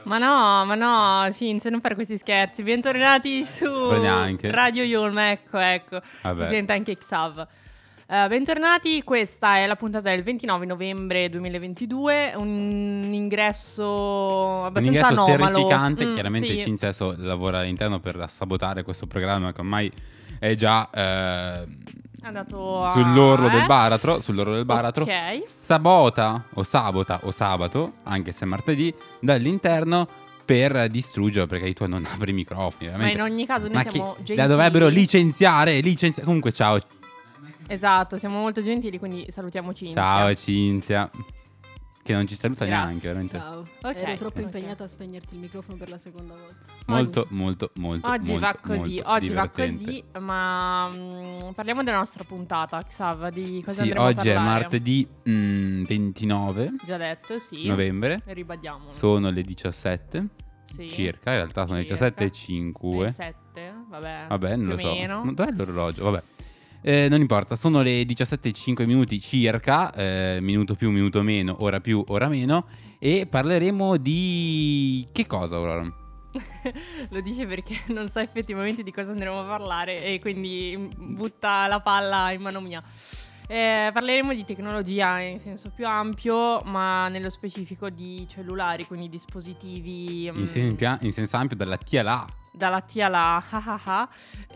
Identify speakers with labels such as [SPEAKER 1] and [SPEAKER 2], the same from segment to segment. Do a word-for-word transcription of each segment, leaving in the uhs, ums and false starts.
[SPEAKER 1] Ma no, ma no, Cinzia, non fare questi scherzi. Bentornati su Radio Yulm, ecco, ecco. Vabbè. Si sente anche Xav. Uh, bentornati, questa è la puntata del ventinove novembre duemilaventidue, un ingresso abbastanza
[SPEAKER 2] un ingresso
[SPEAKER 1] anomalo.
[SPEAKER 2] terrificante,
[SPEAKER 1] mm,
[SPEAKER 2] chiaramente
[SPEAKER 1] sì.
[SPEAKER 2] Cinzia adesso lavora all'interno per sabotare questo programma che ormai è già eh,
[SPEAKER 1] andato a,
[SPEAKER 2] sull'orlo
[SPEAKER 1] eh?
[SPEAKER 2] del baratro, sull'orlo del baratro.
[SPEAKER 1] Ok.
[SPEAKER 2] Sabota o sabota o sabato, anche se è martedì, dall'interno per distruggerlo, perché tu non apri i microfoni, veramente.
[SPEAKER 1] Ma in ogni caso noi
[SPEAKER 2] Ma
[SPEAKER 1] siamo
[SPEAKER 2] che
[SPEAKER 1] gentili.
[SPEAKER 2] La dovrebbero licenziare, licenziare. Comunque ciao.
[SPEAKER 1] Esatto, siamo molto gentili, quindi salutiamo Cinzia.
[SPEAKER 2] Ciao Cinzia, che non ci saluta
[SPEAKER 1] Grazie.
[SPEAKER 2] neanche, veramente.
[SPEAKER 3] Ciao,
[SPEAKER 1] okay.
[SPEAKER 3] ero troppo
[SPEAKER 1] okay.
[SPEAKER 3] impegnata a spegnerti il microfono per la seconda volta.
[SPEAKER 2] Molto,
[SPEAKER 1] oggi,
[SPEAKER 2] molto, molto,
[SPEAKER 1] Oggi
[SPEAKER 2] molto,
[SPEAKER 1] va così,
[SPEAKER 2] molto
[SPEAKER 1] oggi
[SPEAKER 2] divertente.
[SPEAKER 1] va così, ma mh, parliamo della nostra puntata, Xav, di cosa
[SPEAKER 2] sì,
[SPEAKER 1] andremo a
[SPEAKER 2] parlare. Oggi è
[SPEAKER 1] parlare.
[SPEAKER 2] martedì mh, ventinove
[SPEAKER 1] Già detto, sì.
[SPEAKER 2] novembre.
[SPEAKER 1] E ribadiamolo.
[SPEAKER 2] Sono le diciassette
[SPEAKER 1] sì.
[SPEAKER 2] circa, in realtà sono le
[SPEAKER 1] circa.
[SPEAKER 2] diciassette e cinque.
[SPEAKER 1] Le sette, vabbè.
[SPEAKER 2] Vabbè, non lo so.
[SPEAKER 1] Meno.
[SPEAKER 2] Dov'è l'orologio? Vabbè. Eh, non importa, sono le diciassette e cinque minuti circa, eh, minuto più, minuto meno, ora più, ora meno, e parleremo di... che cosa, Aurora?
[SPEAKER 1] Lo dice perché non sa effettivamente di cosa andremo a parlare e quindi butta la palla in mano mia. Eh, parleremo di tecnologia in senso più ampio, ma nello specifico di cellulari, quindi dispositivi...
[SPEAKER 2] In, sen- in senso ampio, dalla T alla A.
[SPEAKER 1] Dalla T alla A.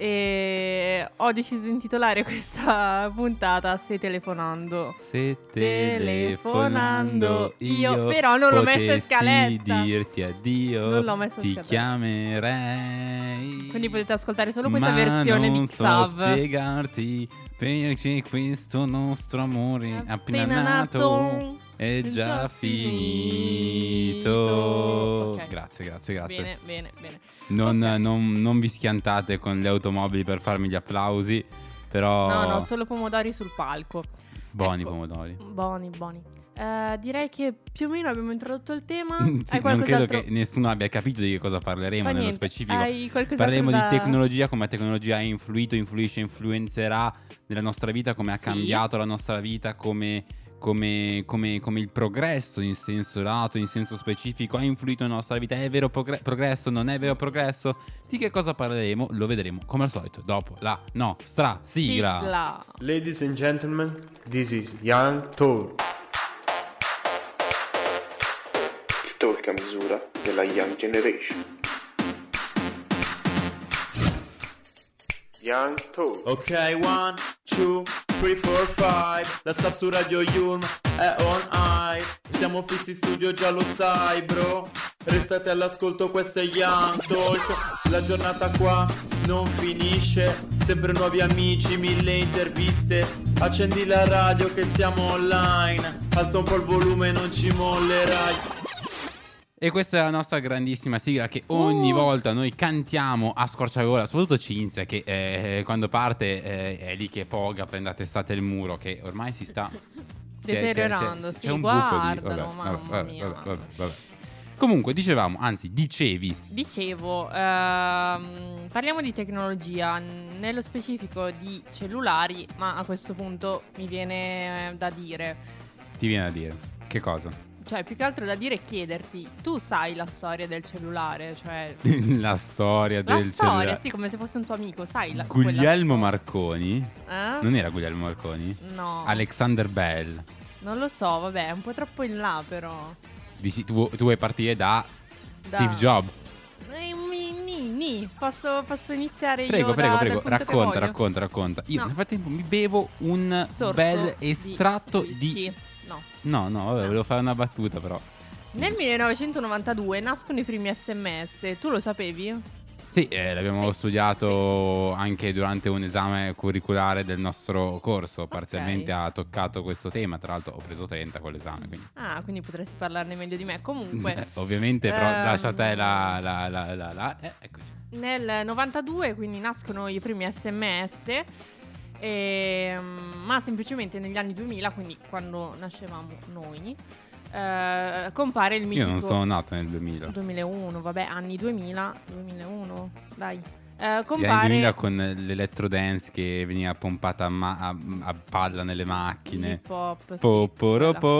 [SPEAKER 1] E ho deciso di intitolare questa puntata Se telefonando.
[SPEAKER 2] Se telefonando io,
[SPEAKER 1] io però non l'ho messa in scaletta.
[SPEAKER 2] dirti addio,
[SPEAKER 1] non l'ho messa in
[SPEAKER 2] ti
[SPEAKER 1] scaletta.
[SPEAKER 2] chiamerei.
[SPEAKER 1] Quindi potete ascoltare solo questa
[SPEAKER 2] ma
[SPEAKER 1] versione
[SPEAKER 2] non
[SPEAKER 1] di Xav.
[SPEAKER 2] so spiegarti perché questo nostro amore appena,
[SPEAKER 1] appena
[SPEAKER 2] nato,
[SPEAKER 1] nato
[SPEAKER 2] è già finito.
[SPEAKER 1] Okay.
[SPEAKER 2] Grazie, grazie, grazie.
[SPEAKER 1] Bene, bene, bene.
[SPEAKER 2] Non,
[SPEAKER 1] Okay.
[SPEAKER 2] non, non vi schiantate con le automobili per farmi gli applausi, però...
[SPEAKER 1] No, no, solo pomodori sul palco.
[SPEAKER 2] Buoni
[SPEAKER 1] Ecco.
[SPEAKER 2] pomodori.
[SPEAKER 1] Buoni, buoni. Eh, direi che più o meno abbiamo introdotto il tema.
[SPEAKER 2] sì,
[SPEAKER 1] Hai
[SPEAKER 2] non credo
[SPEAKER 1] qualcos'altro?
[SPEAKER 2] che nessuno abbia capito di che cosa parleremo
[SPEAKER 1] Fa
[SPEAKER 2] nello
[SPEAKER 1] niente.
[SPEAKER 2] specifico.
[SPEAKER 1] Hai qualcos'altro
[SPEAKER 2] Parleremo
[SPEAKER 1] da...
[SPEAKER 2] di tecnologia, come la tecnologia ha influito, influisce, influenzerà nella nostra vita, come ha
[SPEAKER 1] Sì.
[SPEAKER 2] cambiato la nostra vita, come, come, come, come il progresso in senso lato, in senso specifico ha influito nella nostra vita. È vero progre- progresso? Non è vero progresso? Di che cosa parleremo? Lo vedremo come al solito dopo la nostra sigla.
[SPEAKER 1] sigla.
[SPEAKER 4] Ladies and gentlemen, this is Young Talk.
[SPEAKER 5] Il talk a misura della Young Generation. Young Talk.
[SPEAKER 6] Ok, one, two, three, four, five. La sub su Radio Yulm è on high. Siamo fissi in studio, già lo sai, bro. Restate all'ascolto, questo è Young Talk. La giornata qua non finisce. Sempre nuovi amici, mille interviste. Accendi la radio che siamo online. Alza un po' il volume, non ci mollerai.
[SPEAKER 2] E questa è la nostra grandissima sigla che ogni
[SPEAKER 1] Uh.
[SPEAKER 2] volta noi cantiamo a squarciagola, soprattutto Cinzia che eh, quando parte eh, è lì che poga, prende a testate il muro, che ormai si sta si è- si è-
[SPEAKER 1] Deteriorando,
[SPEAKER 2] si è-
[SPEAKER 1] sì,
[SPEAKER 2] c'è un buco lì.
[SPEAKER 1] guardalo,
[SPEAKER 2] Vabbè,
[SPEAKER 1] mamma
[SPEAKER 2] vabbè,
[SPEAKER 1] mia,
[SPEAKER 2] vabbè,
[SPEAKER 1] mamma
[SPEAKER 2] vabbè, vabbè. Comunque dicevamo, anzi dicevi,
[SPEAKER 1] Dicevo, ehm, parliamo di tecnologia, nello specifico di cellulari, ma a questo punto mi viene eh, da dire,
[SPEAKER 2] ti viene a dire, che cosa?
[SPEAKER 1] cioè più che altro da dire chiederti, tu sai la storia del cellulare, cioè
[SPEAKER 2] La storia
[SPEAKER 1] la
[SPEAKER 2] del
[SPEAKER 1] storia,
[SPEAKER 2] cellulare.
[SPEAKER 1] sì, come se fosse un tuo amico, sai la
[SPEAKER 2] Guglielmo
[SPEAKER 1] quella
[SPEAKER 2] Marconi,
[SPEAKER 1] storia. Eh?
[SPEAKER 2] non era Guglielmo Marconi?
[SPEAKER 1] No,
[SPEAKER 2] Alexander Bell.
[SPEAKER 1] non lo so, vabbè, è un po' troppo in là però.
[SPEAKER 2] Dici, tu, tu vuoi partire da,
[SPEAKER 1] Da-
[SPEAKER 2] Steve Jobs?
[SPEAKER 1] Eh, mi- ni, ni. Posso, posso iniziare
[SPEAKER 2] Prego,
[SPEAKER 1] io
[SPEAKER 2] prego,
[SPEAKER 1] da,
[SPEAKER 2] prego,
[SPEAKER 1] dal punto che
[SPEAKER 2] racconta,
[SPEAKER 1] voglio?
[SPEAKER 2] racconta, racconta. Io
[SPEAKER 1] No.
[SPEAKER 2] nel frattempo mi bevo un
[SPEAKER 1] Sorso
[SPEAKER 2] bel
[SPEAKER 1] di
[SPEAKER 2] estratto di...
[SPEAKER 1] whisky. No.
[SPEAKER 2] No, no, vabbè, volevo fare una battuta però.
[SPEAKER 1] Nel millenovecentonovantadue nascono i primi sms, tu lo sapevi?
[SPEAKER 2] Sì, eh, l'abbiamo
[SPEAKER 1] Sì,
[SPEAKER 2] studiato anche durante un esame curriculare del nostro corso. Parzialmente ha toccato questo tema, tra l'altro ho preso trenta con l'esame. Quindi.
[SPEAKER 1] Ah, quindi potresti parlarne meglio di me. Comunque,
[SPEAKER 2] Eh, ovviamente, però
[SPEAKER 1] ehm,
[SPEAKER 2] lascia a te la... la, la, la, la eh, eccoci.
[SPEAKER 1] nel novantadue quindi nascono i primi sms, ehm, ma semplicemente negli anni duemila, quindi quando nascevamo noi, eh, compare il mitico...
[SPEAKER 2] Io non sono nato nel duemila.
[SPEAKER 1] duemilauno, vabbè, anni duemila, duemilauno, dai. Eh,
[SPEAKER 2] Gli anni
[SPEAKER 1] compare...
[SPEAKER 2] duemila con l'electrodance che veniva pompata a, ma- a, a palla nelle macchine.
[SPEAKER 1] Hip hop, sì,
[SPEAKER 2] Po, po, ro,
[SPEAKER 1] quella.
[SPEAKER 2] po.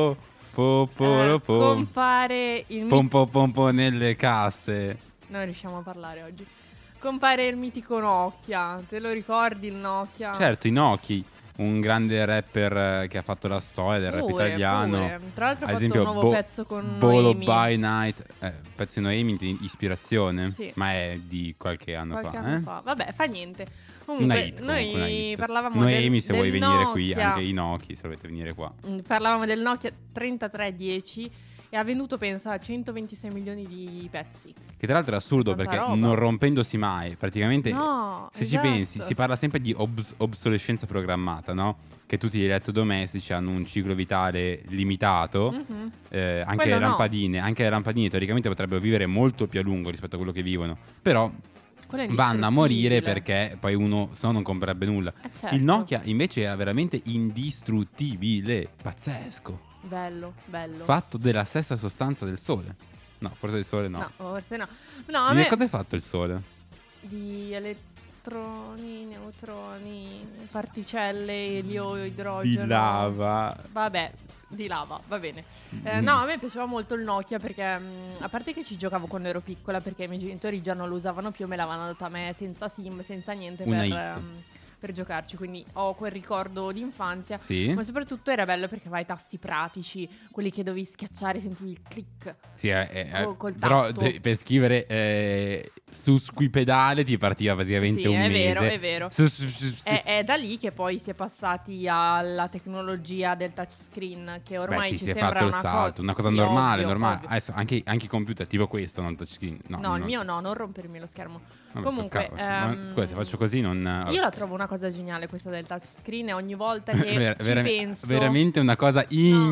[SPEAKER 2] po, po,
[SPEAKER 1] eh,
[SPEAKER 2] po.
[SPEAKER 1] compare il
[SPEAKER 2] pom, pom, pom, pom nelle casse.
[SPEAKER 1] Non riusciamo a parlare oggi. Compare il mitico Nokia. Te lo ricordi il Nokia?
[SPEAKER 2] Certo, i Nokia, un grande rapper che ha fatto la storia del
[SPEAKER 1] Pure,
[SPEAKER 2] rap italiano.
[SPEAKER 1] pure. Tra l'altro ha
[SPEAKER 2] Ad
[SPEAKER 1] fatto
[SPEAKER 2] esempio,
[SPEAKER 1] un nuovo
[SPEAKER 2] Bo-
[SPEAKER 1] pezzo con
[SPEAKER 2] Bolo
[SPEAKER 1] Noemi.
[SPEAKER 2] by Night, eh, pezzo di Noemi di ispirazione,
[SPEAKER 1] Sì.
[SPEAKER 2] ma è di qualche anno
[SPEAKER 1] Qualche
[SPEAKER 2] fa.
[SPEAKER 1] anno
[SPEAKER 2] eh?
[SPEAKER 1] fa. Vabbè, fa niente.
[SPEAKER 2] Una
[SPEAKER 1] Comunque,
[SPEAKER 2] hit,
[SPEAKER 1] noi
[SPEAKER 2] comunque, una hit.
[SPEAKER 1] parlavamo
[SPEAKER 2] Noemi,
[SPEAKER 1] del,
[SPEAKER 2] se
[SPEAKER 1] del
[SPEAKER 2] vuoi venire qui,
[SPEAKER 1] Nokia.
[SPEAKER 2] anche i Nokia, se volete venire qua.
[SPEAKER 1] Mm, Parlavamo del Nokia trentatré dieci e ha venduto, pensa, centoventisei milioni di pezzi.
[SPEAKER 2] Che tra l'altro è assurdo
[SPEAKER 1] Tanta
[SPEAKER 2] perché
[SPEAKER 1] roba.
[SPEAKER 2] non rompendosi mai, praticamente
[SPEAKER 1] No,
[SPEAKER 2] se
[SPEAKER 1] esatto.
[SPEAKER 2] ci pensi si parla sempre di obs- obsolescenza programmata, no? Che tutti gli elettrodomestici hanno un ciclo vitale limitato,
[SPEAKER 1] Mhm.
[SPEAKER 2] eh, anche
[SPEAKER 1] Quello
[SPEAKER 2] le
[SPEAKER 1] no.
[SPEAKER 2] lampadine, anche le lampadine teoricamente potrebbero vivere molto più a lungo rispetto a quello che vivono, però
[SPEAKER 1] Quello è
[SPEAKER 2] vanno a morire
[SPEAKER 1] indistruttibile.
[SPEAKER 2] perché poi uno se no non comprerebbe nulla.
[SPEAKER 1] Eh, certo.
[SPEAKER 2] Il Nokia invece era veramente indistruttibile, pazzesco,
[SPEAKER 1] Bello, bello.
[SPEAKER 2] fatto della stessa sostanza del sole. No, forse del sole no.
[SPEAKER 1] No, forse no. No, a
[SPEAKER 2] Di
[SPEAKER 1] me...
[SPEAKER 2] che cosa è fatto il sole?
[SPEAKER 1] Di elettroni, neutroni, particelle, elio, idrogeno.
[SPEAKER 2] Di lava.
[SPEAKER 1] Vabbè, di lava, va bene. Eh,
[SPEAKER 2] Mm.
[SPEAKER 1] no, a me piaceva molto il Nokia perché, mh, a parte che ci giocavo quando ero piccola, perché i miei genitori già non lo usavano più, me l'avevano data a me senza SIM, senza niente
[SPEAKER 2] Una
[SPEAKER 1] per,
[SPEAKER 2] hit.
[SPEAKER 1] ehm, per giocarci. Quindi ho quel ricordo di infanzia.
[SPEAKER 2] Sì?
[SPEAKER 1] Ma soprattutto era bello perché aveva i tasti pratici, quelli che dovevi schiacciare, sentivi il click.
[SPEAKER 2] Sì, è, è-
[SPEAKER 1] Oh, col
[SPEAKER 2] però
[SPEAKER 1] tatto.
[SPEAKER 2] de- per scrivere eh, su squipedale ti partiva praticamente
[SPEAKER 1] Sì,
[SPEAKER 2] un
[SPEAKER 1] è
[SPEAKER 2] mese.
[SPEAKER 1] vero, è vero.
[SPEAKER 2] Su- su- su- su-
[SPEAKER 1] È, è da lì che poi si è passati alla tecnologia del touchscreen, che ormai
[SPEAKER 2] Beh, sì,
[SPEAKER 1] ci
[SPEAKER 2] si è
[SPEAKER 1] sembra
[SPEAKER 2] fatto il
[SPEAKER 1] una
[SPEAKER 2] salto,
[SPEAKER 1] cosa,
[SPEAKER 2] una cosa
[SPEAKER 1] sì,
[SPEAKER 2] normale,
[SPEAKER 1] ovvio,
[SPEAKER 2] normale.
[SPEAKER 1] ovvio.
[SPEAKER 2] Adesso anche, anche i computer, tipo questo, non touchscreen. No,
[SPEAKER 1] No, il
[SPEAKER 2] non-
[SPEAKER 1] mio no, non rompermi lo schermo.
[SPEAKER 2] Vabbè,
[SPEAKER 1] Comunque,
[SPEAKER 2] toccava. Ma,
[SPEAKER 1] ehm,
[SPEAKER 2] scusa, se faccio così non...
[SPEAKER 1] Io la trovo una cosa geniale questa del touchscreen e ogni volta che
[SPEAKER 2] Ver-
[SPEAKER 1] ci
[SPEAKER 2] vera-
[SPEAKER 1] penso...
[SPEAKER 2] veramente una cosa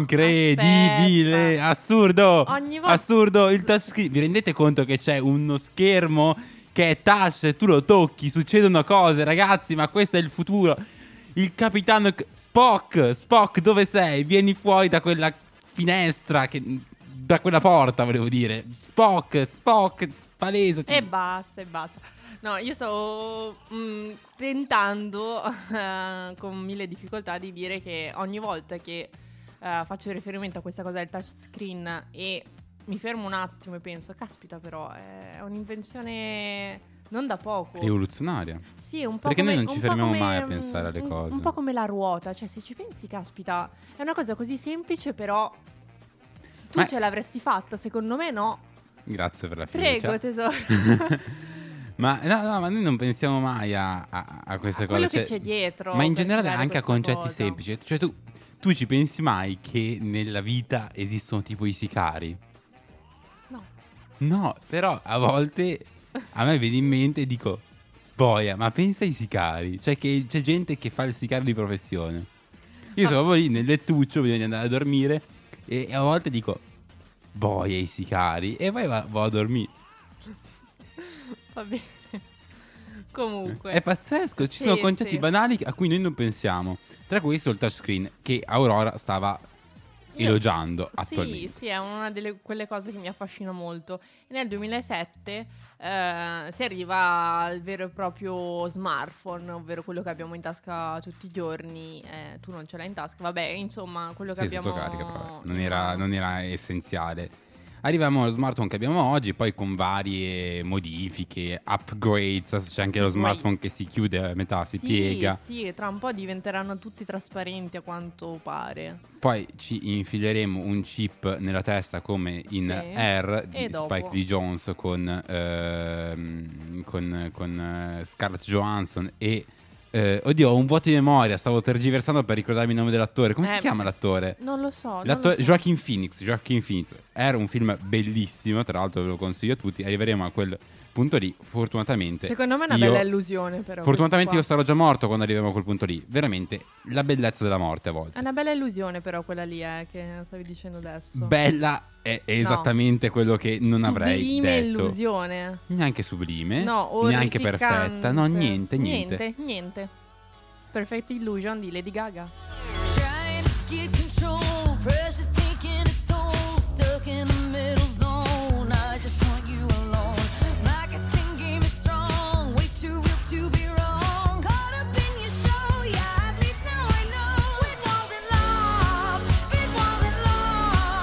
[SPEAKER 2] incredibile,
[SPEAKER 1] aspetta.
[SPEAKER 2] assurdo,
[SPEAKER 1] Ogni volta-
[SPEAKER 2] assurdo. Il touchscreen, vi rendete conto che c'è uno schermo che è touch, tu lo tocchi, succedono cose, ragazzi, ma questo è il futuro. Il capitano C- Spock, Spock, dove sei? Vieni fuori da quella finestra, che, da quella porta, volevo dire. Spock, Spock, palesati.
[SPEAKER 1] E basta, e basta. No, io sto mm, tentando eh, con mille difficoltà di dire che ogni volta che eh, faccio riferimento a questa cosa del touchscreen e mi fermo un attimo e penso, caspita, però è un'invenzione non da poco.
[SPEAKER 2] Rivoluzionaria.
[SPEAKER 1] Sì, un po'
[SPEAKER 2] Perché
[SPEAKER 1] come,
[SPEAKER 2] noi non ci
[SPEAKER 1] un po'
[SPEAKER 2] fermiamo
[SPEAKER 1] come,
[SPEAKER 2] mai a
[SPEAKER 1] mm,
[SPEAKER 2] pensare alle
[SPEAKER 1] un-
[SPEAKER 2] cose.
[SPEAKER 1] Un po' come la ruota, cioè se ci pensi, caspita, è una cosa così semplice, però tu
[SPEAKER 2] Ma-
[SPEAKER 1] ce l'avresti fatta, secondo me no.
[SPEAKER 2] Grazie per la fiducia.
[SPEAKER 1] Prego, tesoro.
[SPEAKER 2] Ma no, no, ma noi non pensiamo mai a, a- a queste
[SPEAKER 1] A
[SPEAKER 2] cose.
[SPEAKER 1] quello che
[SPEAKER 2] cioè-
[SPEAKER 1] c'è dietro
[SPEAKER 2] Ma in
[SPEAKER 1] per
[SPEAKER 2] generale
[SPEAKER 1] creare
[SPEAKER 2] anche a
[SPEAKER 1] questa
[SPEAKER 2] concetti
[SPEAKER 1] cosa.
[SPEAKER 2] semplici. Cioè tu, tu ci pensi mai che nella vita esistono tipo i sicari?
[SPEAKER 1] No.
[SPEAKER 2] No, però a volte a me viene in mente e dico, boia, ma pensa ai sicari. Cioè che c'è gente che fa il sicario di professione. Io
[SPEAKER 1] Ah.
[SPEAKER 2] sono proprio lì nel lettuccio, bisogna andare a dormire e a volte dico, boia i sicari. E poi va- vado a dormire.
[SPEAKER 1] Va bene. Comunque.
[SPEAKER 2] È pazzesco, ci
[SPEAKER 1] Sì,
[SPEAKER 2] sono concetti
[SPEAKER 1] sì.
[SPEAKER 2] banali a cui noi non pensiamo. Tra questo il touchscreen che Aurora stava
[SPEAKER 1] Io-
[SPEAKER 2] elogiando
[SPEAKER 1] Sì,
[SPEAKER 2] attualmente.
[SPEAKER 1] sì, è una delle quelle cose che mi affascina molto. E nel duemilasette eh, si arriva al vero e proprio smartphone, ovvero quello che abbiamo in tasca tutti i giorni. Eh, tu non ce l'hai in tasca, vabbè, insomma, quello che
[SPEAKER 2] Sì,
[SPEAKER 1] abbiamo.
[SPEAKER 2] sotto carica però, non era, non era essenziale. Arriviamo allo smartphone che abbiamo oggi, poi con varie modifiche, upgrades, adesso c'è anche lo
[SPEAKER 1] Upgrades.
[SPEAKER 2] smartphone che si chiude a metà, si
[SPEAKER 1] Sì,
[SPEAKER 2] piega.
[SPEAKER 1] sì, tra un po' diventeranno tutti trasparenti a quanto pare.
[SPEAKER 2] Poi ci infileremo un chip nella testa come in
[SPEAKER 1] Sì.
[SPEAKER 2] Air di
[SPEAKER 1] E dopo?
[SPEAKER 2] Spike Lee Jones con, ehm, con, con eh, Scarlett Johansson e... eh, oddio, ho un vuoto di memoria, stavo tergiversando per ricordarmi il nome dell'attore. Come
[SPEAKER 1] Eh,
[SPEAKER 2] si chiama l'attore?
[SPEAKER 1] Non lo so. non
[SPEAKER 2] L'attore
[SPEAKER 1] lo so.
[SPEAKER 2] Joaquin Phoenix, Joaquin Phoenix era un film bellissimo, tra l'altro ve lo consiglio a tutti. Arriveremo a quel punto lì, fortunatamente.
[SPEAKER 1] Secondo me è una
[SPEAKER 2] io-
[SPEAKER 1] bella illusione, però.
[SPEAKER 2] Fortunatamente io
[SPEAKER 1] questa
[SPEAKER 2] sarò già morto quando arriveremo a quel punto lì. Veramente la bellezza della morte a
[SPEAKER 1] qua.
[SPEAKER 2] volte.
[SPEAKER 1] È una bella illusione, però, quella lì, eh, che stavi dicendo adesso.
[SPEAKER 2] Bella è, è esattamente quello che non avrei
[SPEAKER 1] Sublime
[SPEAKER 2] detto.
[SPEAKER 1] illusione.
[SPEAKER 2] Neanche sublime,
[SPEAKER 1] No,
[SPEAKER 2] neanche
[SPEAKER 1] orrificante.
[SPEAKER 2] perfetta. No, niente, niente.
[SPEAKER 1] Niente, niente. Perfect Illusion di Lady Gaga.
[SPEAKER 7] Trying to get control, precious taking its toll, stuck in the middle zone. I just want you alone. My guessing game is strong, way too real to be wrong. Caught up in your show, yeah, at least now I know it wasn't love, it wasn't love.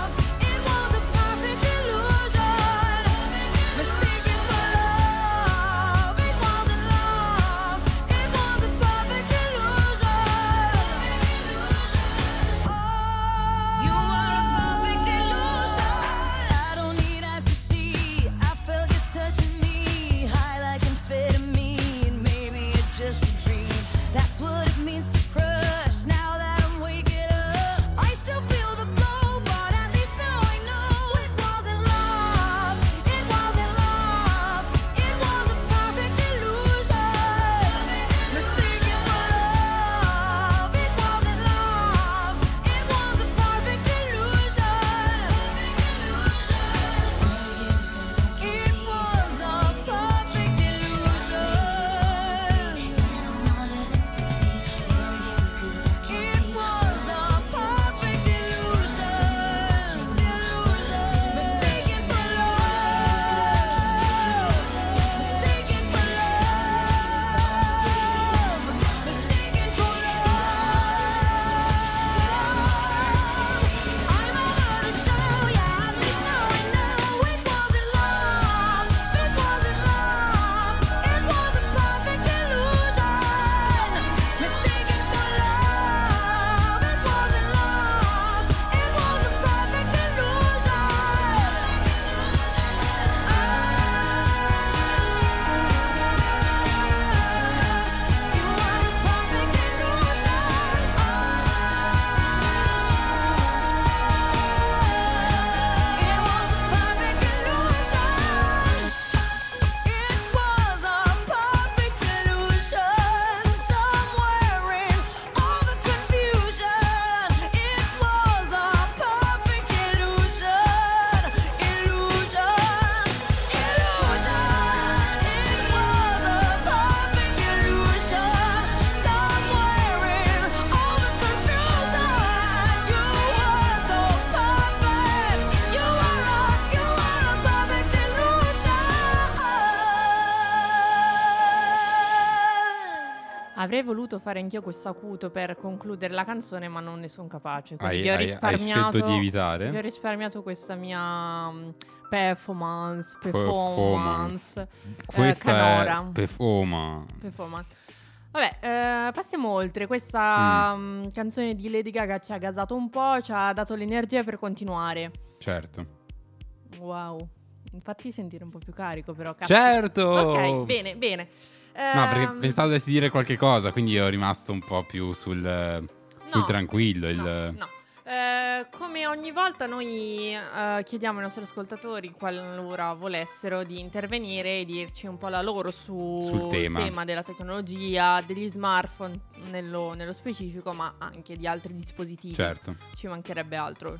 [SPEAKER 1] Avrei voluto fare anch'io questo acuto per concludere la canzone, ma non ne sono capace. Quindi
[SPEAKER 2] Hai,
[SPEAKER 1] vi ho
[SPEAKER 2] hai,
[SPEAKER 1] risparmiato,
[SPEAKER 2] hai scelto di evitare?
[SPEAKER 1] vi ho risparmiato questa mia um, performance,
[SPEAKER 2] Performance.
[SPEAKER 1] performance, eh,
[SPEAKER 2] Questa
[SPEAKER 1] canora.
[SPEAKER 2] è performance.
[SPEAKER 1] Performance. Vabbè, eh, passiamo oltre. Questa mm. um, canzone di Lady Gaga ci ha gasato un po', ci ha dato l'energia per continuare.
[SPEAKER 2] Certo.
[SPEAKER 1] Wow. Infatti sentire un po' più carico, però. Cazzo.
[SPEAKER 2] Certo!
[SPEAKER 1] Ok, bene, bene.
[SPEAKER 2] No, perché
[SPEAKER 1] Ehm,
[SPEAKER 2] pensavo dovessi dire qualche cosa, quindi ero rimasto un po' più sul, sul
[SPEAKER 1] no,
[SPEAKER 2] tranquillo. Il...
[SPEAKER 1] No, no. Eh, come ogni volta noi eh, chiediamo ai nostri ascoltatori, qualora volessero, di intervenire e dirci un po' la loro su
[SPEAKER 2] Sul tema.
[SPEAKER 1] tema della tecnologia, degli smartphone nello, nello specifico, ma anche di altri dispositivi.
[SPEAKER 2] Certo.
[SPEAKER 1] Ci mancherebbe altro.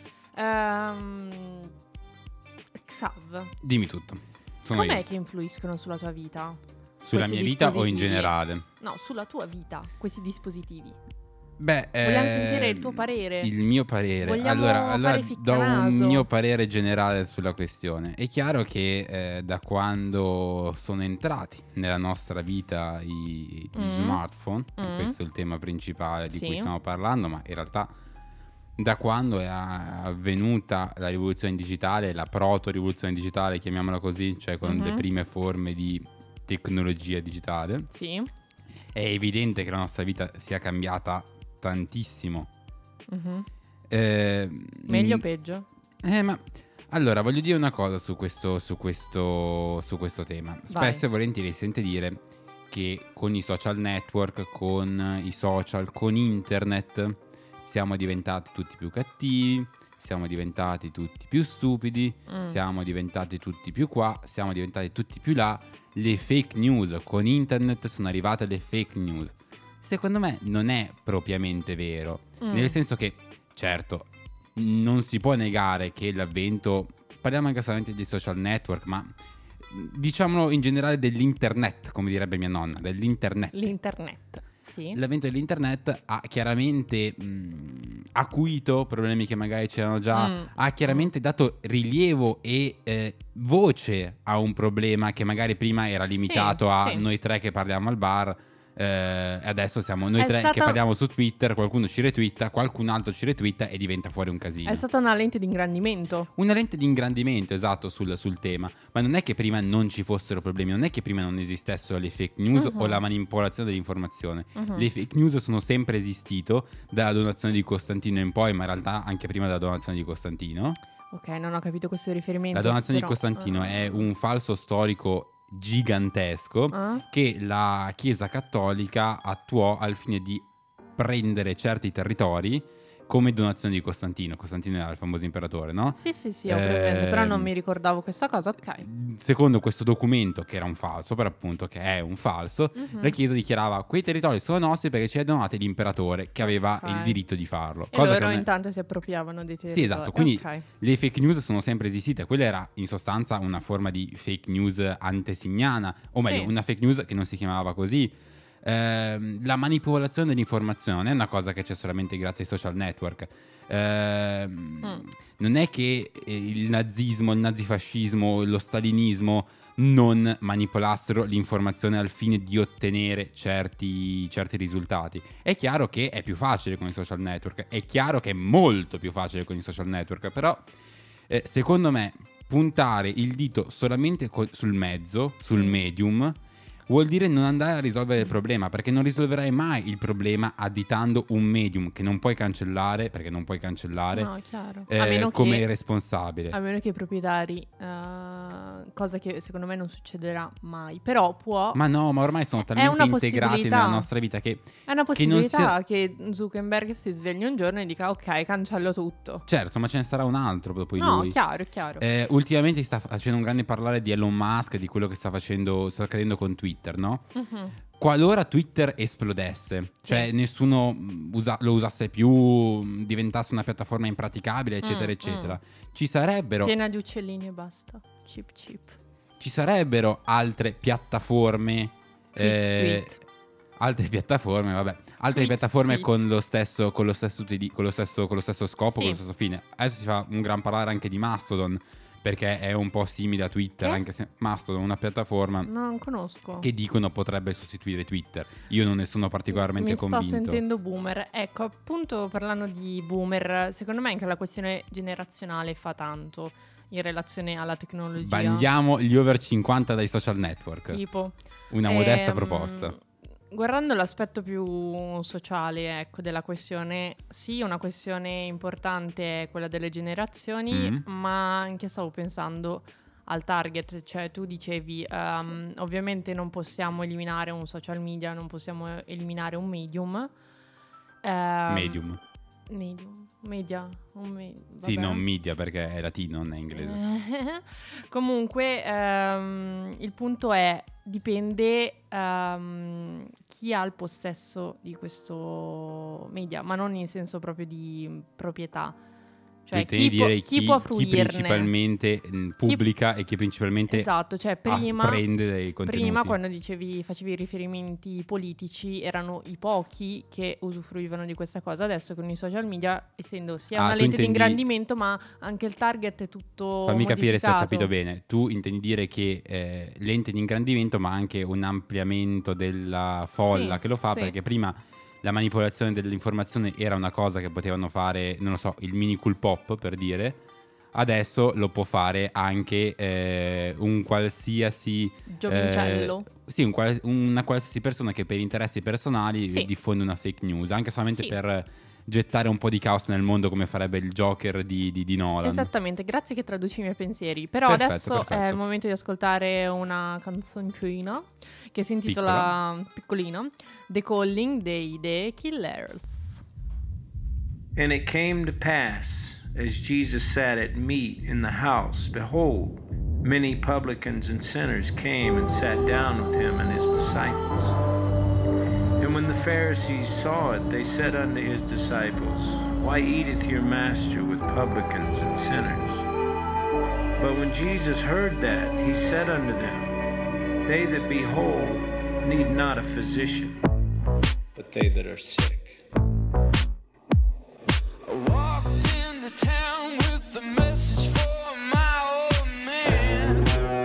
[SPEAKER 1] Ehm, Xav,
[SPEAKER 2] Dimmi tutto. Sono
[SPEAKER 1] com'è
[SPEAKER 2] io.
[SPEAKER 1] che influiscono sulla tua vita?
[SPEAKER 2] Sulla
[SPEAKER 1] questi
[SPEAKER 2] mia vita o in
[SPEAKER 1] dispositivi?
[SPEAKER 2] generale?
[SPEAKER 1] No, sulla tua vita, questi dispositivi.
[SPEAKER 2] Beh,
[SPEAKER 1] Vogliamo
[SPEAKER 2] eh,
[SPEAKER 1] sentire il tuo parere.
[SPEAKER 2] Il mio parere.
[SPEAKER 1] Vogliamo
[SPEAKER 2] allora,
[SPEAKER 1] fare
[SPEAKER 2] allora
[SPEAKER 1] ficca
[SPEAKER 2] do un
[SPEAKER 1] naso?
[SPEAKER 2] mio parere generale sulla questione. È chiaro che eh, da quando sono entrati nella nostra vita i, gli
[SPEAKER 1] Mm.
[SPEAKER 2] smartphone, e
[SPEAKER 1] Mm.
[SPEAKER 2] questo è il tema principale di
[SPEAKER 1] Sì.
[SPEAKER 2] cui stiamo parlando, ma in realtà da quando è avvenuta la rivoluzione digitale, la proto-rivoluzione digitale, chiamiamola così, cioè con
[SPEAKER 1] Mhm.
[SPEAKER 2] le prime forme di tecnologia digitale,
[SPEAKER 1] Sì.
[SPEAKER 2] è evidente che la nostra vita sia cambiata tantissimo.
[SPEAKER 1] Mhm.
[SPEAKER 2] Eh,
[SPEAKER 1] Meglio o
[SPEAKER 2] mm,
[SPEAKER 1] peggio?
[SPEAKER 2] eh, ma allora voglio dire una cosa su questo, su questo, su questo tema. Spesso e volentieri si sente dire che con i social network, con i social, con internet siamo diventati tutti più cattivi, siamo diventati tutti più stupidi,
[SPEAKER 1] Mm.
[SPEAKER 2] siamo diventati tutti più qua, siamo diventati tutti più là. Le fake news, con internet sono arrivate le fake news. Secondo me non è propriamente vero,
[SPEAKER 1] Mm.
[SPEAKER 2] nel senso che, certo, non si può negare che l'avvento, parliamo anche solamente dei social network, ma diciamolo in generale dell'internet, come direbbe mia nonna, dell'internet.
[SPEAKER 1] L'internet. Sì.
[SPEAKER 2] L'avvento dell'internet ha chiaramente mh, acuito problemi che magari c'erano già,
[SPEAKER 1] Mm.
[SPEAKER 2] ha chiaramente dato rilievo e eh, voce a un problema che magari prima era limitato
[SPEAKER 1] Sì,
[SPEAKER 2] a
[SPEAKER 1] sì.
[SPEAKER 2] noi tre che parliamo al bar. Eh, e adesso siamo noi
[SPEAKER 1] È
[SPEAKER 2] tre
[SPEAKER 1] stata-
[SPEAKER 2] che parliamo su Twitter, qualcuno ci retwitta, qualcun altro ci retwitta e diventa fuori un casino.
[SPEAKER 1] È stata una lente di ingrandimento.
[SPEAKER 2] Una lente di ingrandimento, esatto, sul, sul tema. Ma non è che prima non ci fossero problemi, non è che prima non esistessero le fake news
[SPEAKER 1] Mhm.
[SPEAKER 2] o la manipolazione dell'informazione.
[SPEAKER 1] Mhm.
[SPEAKER 2] Le fake news sono sempre esistito dalla donazione di Costantino in poi, ma in realtà anche prima della donazione di Costantino.
[SPEAKER 1] Ok, non ho capito questo riferimento.
[SPEAKER 2] La donazione
[SPEAKER 1] però-
[SPEAKER 2] di Costantino
[SPEAKER 1] ah.
[SPEAKER 2] è un falso storico gigantesco
[SPEAKER 1] Ah?
[SPEAKER 2] che la Chiesa Cattolica attuò al fine di prendere certi territori come donazione di Costantino. Costantino era il famoso imperatore, no?
[SPEAKER 1] Sì, sì, sì, ho presente, però non
[SPEAKER 2] Ehm,
[SPEAKER 1] mi ricordavo questa cosa, ok.
[SPEAKER 2] Secondo questo documento, che era un falso, per appunto, che è un falso,
[SPEAKER 1] Mhm.
[SPEAKER 2] la Chiesa dichiarava quei territori sono nostri perché ci è donati l'imperatore che aveva
[SPEAKER 1] Ok.
[SPEAKER 2] il diritto di farlo.
[SPEAKER 1] E
[SPEAKER 2] Cosa che
[SPEAKER 1] loro
[SPEAKER 2] non è-
[SPEAKER 1] intanto si appropriavano dei territori.
[SPEAKER 2] Sì, esatto, quindi
[SPEAKER 1] Ok.
[SPEAKER 2] le fake news sono sempre esistite. Quella era in sostanza una forma di fake news antesignana, o meglio,
[SPEAKER 1] Sì.
[SPEAKER 2] una fake news che non si chiamava così. Ehm, la manipolazione dell'informazione non è una cosa che c'è solamente grazie ai social network. Ehm,
[SPEAKER 1] Mm.
[SPEAKER 2] Non è che eh, il nazismo, il nazifascismo, lo stalinismo non manipolassero l'informazione al fine di ottenere certi, certi risultati. È chiaro che è più facile con i social network, è chiaro che è molto più facile con i social network, però eh, secondo me puntare il dito solamente co- sul mezzo, sul medium, vuol dire non andare a risolvere il problema, perché non risolverai mai il problema additando un medium che non puoi cancellare, perché non puoi cancellare
[SPEAKER 1] No, chiaro.
[SPEAKER 2] eh,
[SPEAKER 1] a meno
[SPEAKER 2] come
[SPEAKER 1] che...
[SPEAKER 2] responsabile.
[SPEAKER 1] A meno che i proprietari, eh, cosa che secondo me non succederà mai, però può,
[SPEAKER 2] Ma no, ma ormai sono
[SPEAKER 1] È
[SPEAKER 2] talmente
[SPEAKER 1] una
[SPEAKER 2] integrati
[SPEAKER 1] possibilità.
[SPEAKER 2] nella nostra vita che
[SPEAKER 1] è una
[SPEAKER 2] che non
[SPEAKER 1] possibilità che, Zuckerberg si svegli un giorno e dica ok, cancello tutto.
[SPEAKER 2] certo, ma ce ne sarà un altro dopo di
[SPEAKER 1] No,
[SPEAKER 2] lui.
[SPEAKER 1] chiaro, chiaro.
[SPEAKER 2] Eh, ultimamente si sta facendo un grande parlare di Elon Musk, di quello che sta facendo, sta accadendo con Twitter, no?
[SPEAKER 1] Mhm.
[SPEAKER 2] Qualora Twitter esplodesse, cioè
[SPEAKER 1] Sì.
[SPEAKER 2] nessuno mh, usa- lo usasse più, mh, diventasse una piattaforma impraticabile, eccetera,
[SPEAKER 1] Mm,
[SPEAKER 2] eccetera, ci sarebbero
[SPEAKER 1] Piena di uccellini e basta. Chip chip.
[SPEAKER 2] ci sarebbero altre piattaforme
[SPEAKER 1] Tweet,
[SPEAKER 2] eh,
[SPEAKER 1] tweet.
[SPEAKER 2] altre piattaforme, vabbè, altre
[SPEAKER 1] Tweet,
[SPEAKER 2] piattaforme
[SPEAKER 1] tweet.
[SPEAKER 2] con lo stesso con lo stesso, utili- con lo stesso con lo stesso scopo,
[SPEAKER 1] Sì.
[SPEAKER 2] con lo stesso fine. Adesso si fa un gran parlare anche di Mastodon, perché è un po' simile a Twitter,
[SPEAKER 1] eh?
[SPEAKER 2] anche se Mastodon è una piattaforma
[SPEAKER 1] non conosco,
[SPEAKER 2] che dicono potrebbe sostituire Twitter. Io non ne sono particolarmente
[SPEAKER 1] mi
[SPEAKER 2] convinto.
[SPEAKER 1] sto sentendo boomer. Ecco, appunto, parlando di boomer, secondo me anche la questione generazionale fa tanto in relazione alla tecnologia.
[SPEAKER 2] Bandiamo gli over cinquanta dai social network.
[SPEAKER 1] Tipo
[SPEAKER 2] Una modesta
[SPEAKER 1] ehm,
[SPEAKER 2] proposta.
[SPEAKER 1] Guardando l'aspetto più sociale, ecco, della questione, sì, una questione importante è quella delle generazioni,
[SPEAKER 2] Mm.
[SPEAKER 1] ma anche stavo pensando al target, cioè tu dicevi, ehm, ovviamente non possiamo eliminare un social media, non possiamo eliminare un medium. Ehm,
[SPEAKER 2] Medium.
[SPEAKER 1] Medium, media, un me-
[SPEAKER 2] Sì,
[SPEAKER 1] vabbè.
[SPEAKER 2] non media perché è latino, non è inglese.
[SPEAKER 1] Comunque ehm, il punto è dipende ehm, chi ha il possesso di questo media, ma non in senso proprio di proprietà. Cioè
[SPEAKER 2] Tu intendi
[SPEAKER 1] chi, può,
[SPEAKER 2] dire
[SPEAKER 1] chi
[SPEAKER 2] chi,
[SPEAKER 1] può
[SPEAKER 2] chi
[SPEAKER 1] fruirne.
[SPEAKER 2] principalmente mh, pubblica e chi principalmente
[SPEAKER 1] Esatto, cioè prima,
[SPEAKER 2] prende dei contenuti.
[SPEAKER 1] prima quando dicevi, facevi riferimenti politici, erano i pochi che usufruivano di questa cosa. Adesso con i social media, essendo sia
[SPEAKER 2] Ah,
[SPEAKER 1] una
[SPEAKER 2] tu
[SPEAKER 1] lente di
[SPEAKER 2] intendi-
[SPEAKER 1] ingrandimento, ma anche il target è tutto
[SPEAKER 2] Fammi capire se ho
[SPEAKER 1] modificato.
[SPEAKER 2] capito bene. Tu intendi dire che eh, lente di ingrandimento, ma anche un ampliamento della folla
[SPEAKER 1] Sì,
[SPEAKER 2] che lo fa,
[SPEAKER 1] sì.
[SPEAKER 2] perché prima la manipolazione dell'informazione era una cosa che potevano fare, non lo so, il mini cool pop, per dire. Adesso lo può fare anche eh, un qualsiasi
[SPEAKER 1] Giovincello.
[SPEAKER 2] eh, sì, un qual- una qualsiasi persona che per interessi personali
[SPEAKER 1] Sì.
[SPEAKER 2] diffonde una fake news, anche solamente
[SPEAKER 1] Sì.
[SPEAKER 2] per gettare un po' di caos nel mondo, come farebbe il Joker di, di, di Nolan.
[SPEAKER 1] Esattamente, grazie che traduci i miei pensieri. Però
[SPEAKER 2] Perfetto,
[SPEAKER 1] adesso
[SPEAKER 2] perfetto.
[SPEAKER 1] è il momento di ascoltare una canzoncina che si intitola Piccolino, The Calling dei The Killers.
[SPEAKER 8] And it came to pass, as Jesus sat at meat in the house, behold, many publicans and sinners came and sat down with him and his disciples. And when the Pharisees saw it, they said unto his disciples, Why eateth your master with publicans and sinners? But when Jesus heard that, he said unto them, They that be whole need not a physician, but they that are sick.
[SPEAKER 7] I walked into town with a message for my old man.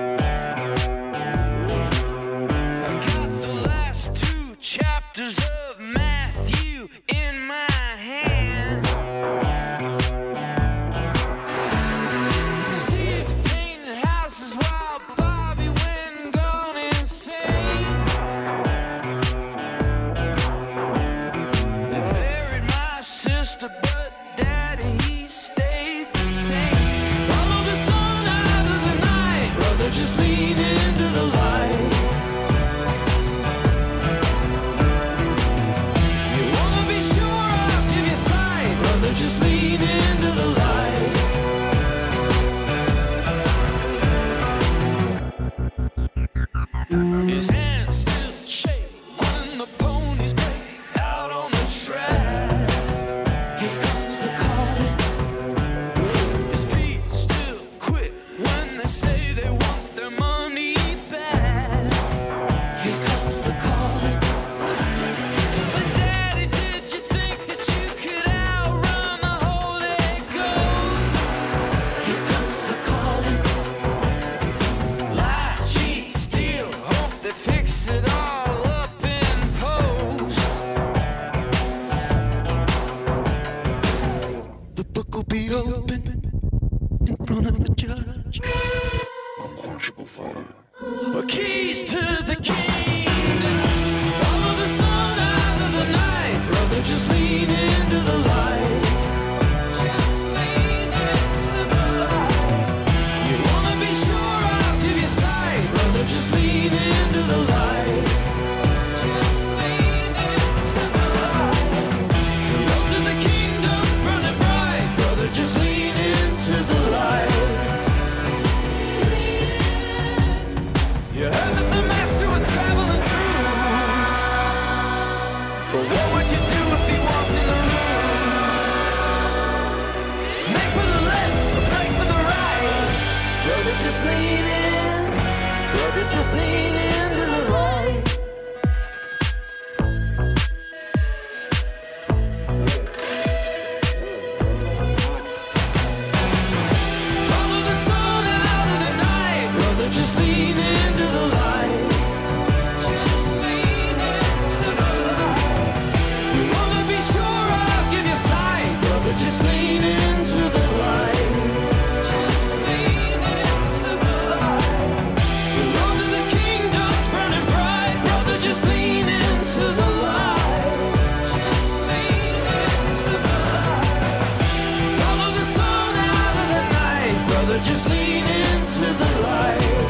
[SPEAKER 7] I got the last two chapters of Matthew in my hand. Steve painted houses while Bobby went gone insane. They buried my sister, but Daddy, he stayed the same. Follow the sun out of the night, brother, just lean into the light. You wanna be sure I'll give you sight, brother, just lean into the light. His hands still shake when the ponies break out on the track. Here comes the calling. His feet still quick when they say they want their money back. Here comes the calling. But Daddy, did you think that you could outrun the Holy Ghost? Here comes the calling. Lie, cheat, steal, hope they fix it all up in post.
[SPEAKER 9] The book will be open in front of the judge. Unquenchable fire.
[SPEAKER 7] Keys to the kingdom. Follow the sun out of the night, brother, just lean into the light. Just lean into the light. You wanna be sure I'll give you sight, brother, just lean into the light. Just lean into the light. The road to the kingdom's burning bright, brother, just lean into the light. You heard that the master was traveling through, but what would you do if he walked in the room? Make for the left or break for the right. Brother, just lean in. Brother, just lean into the light. Follow the sun but just lean into the light.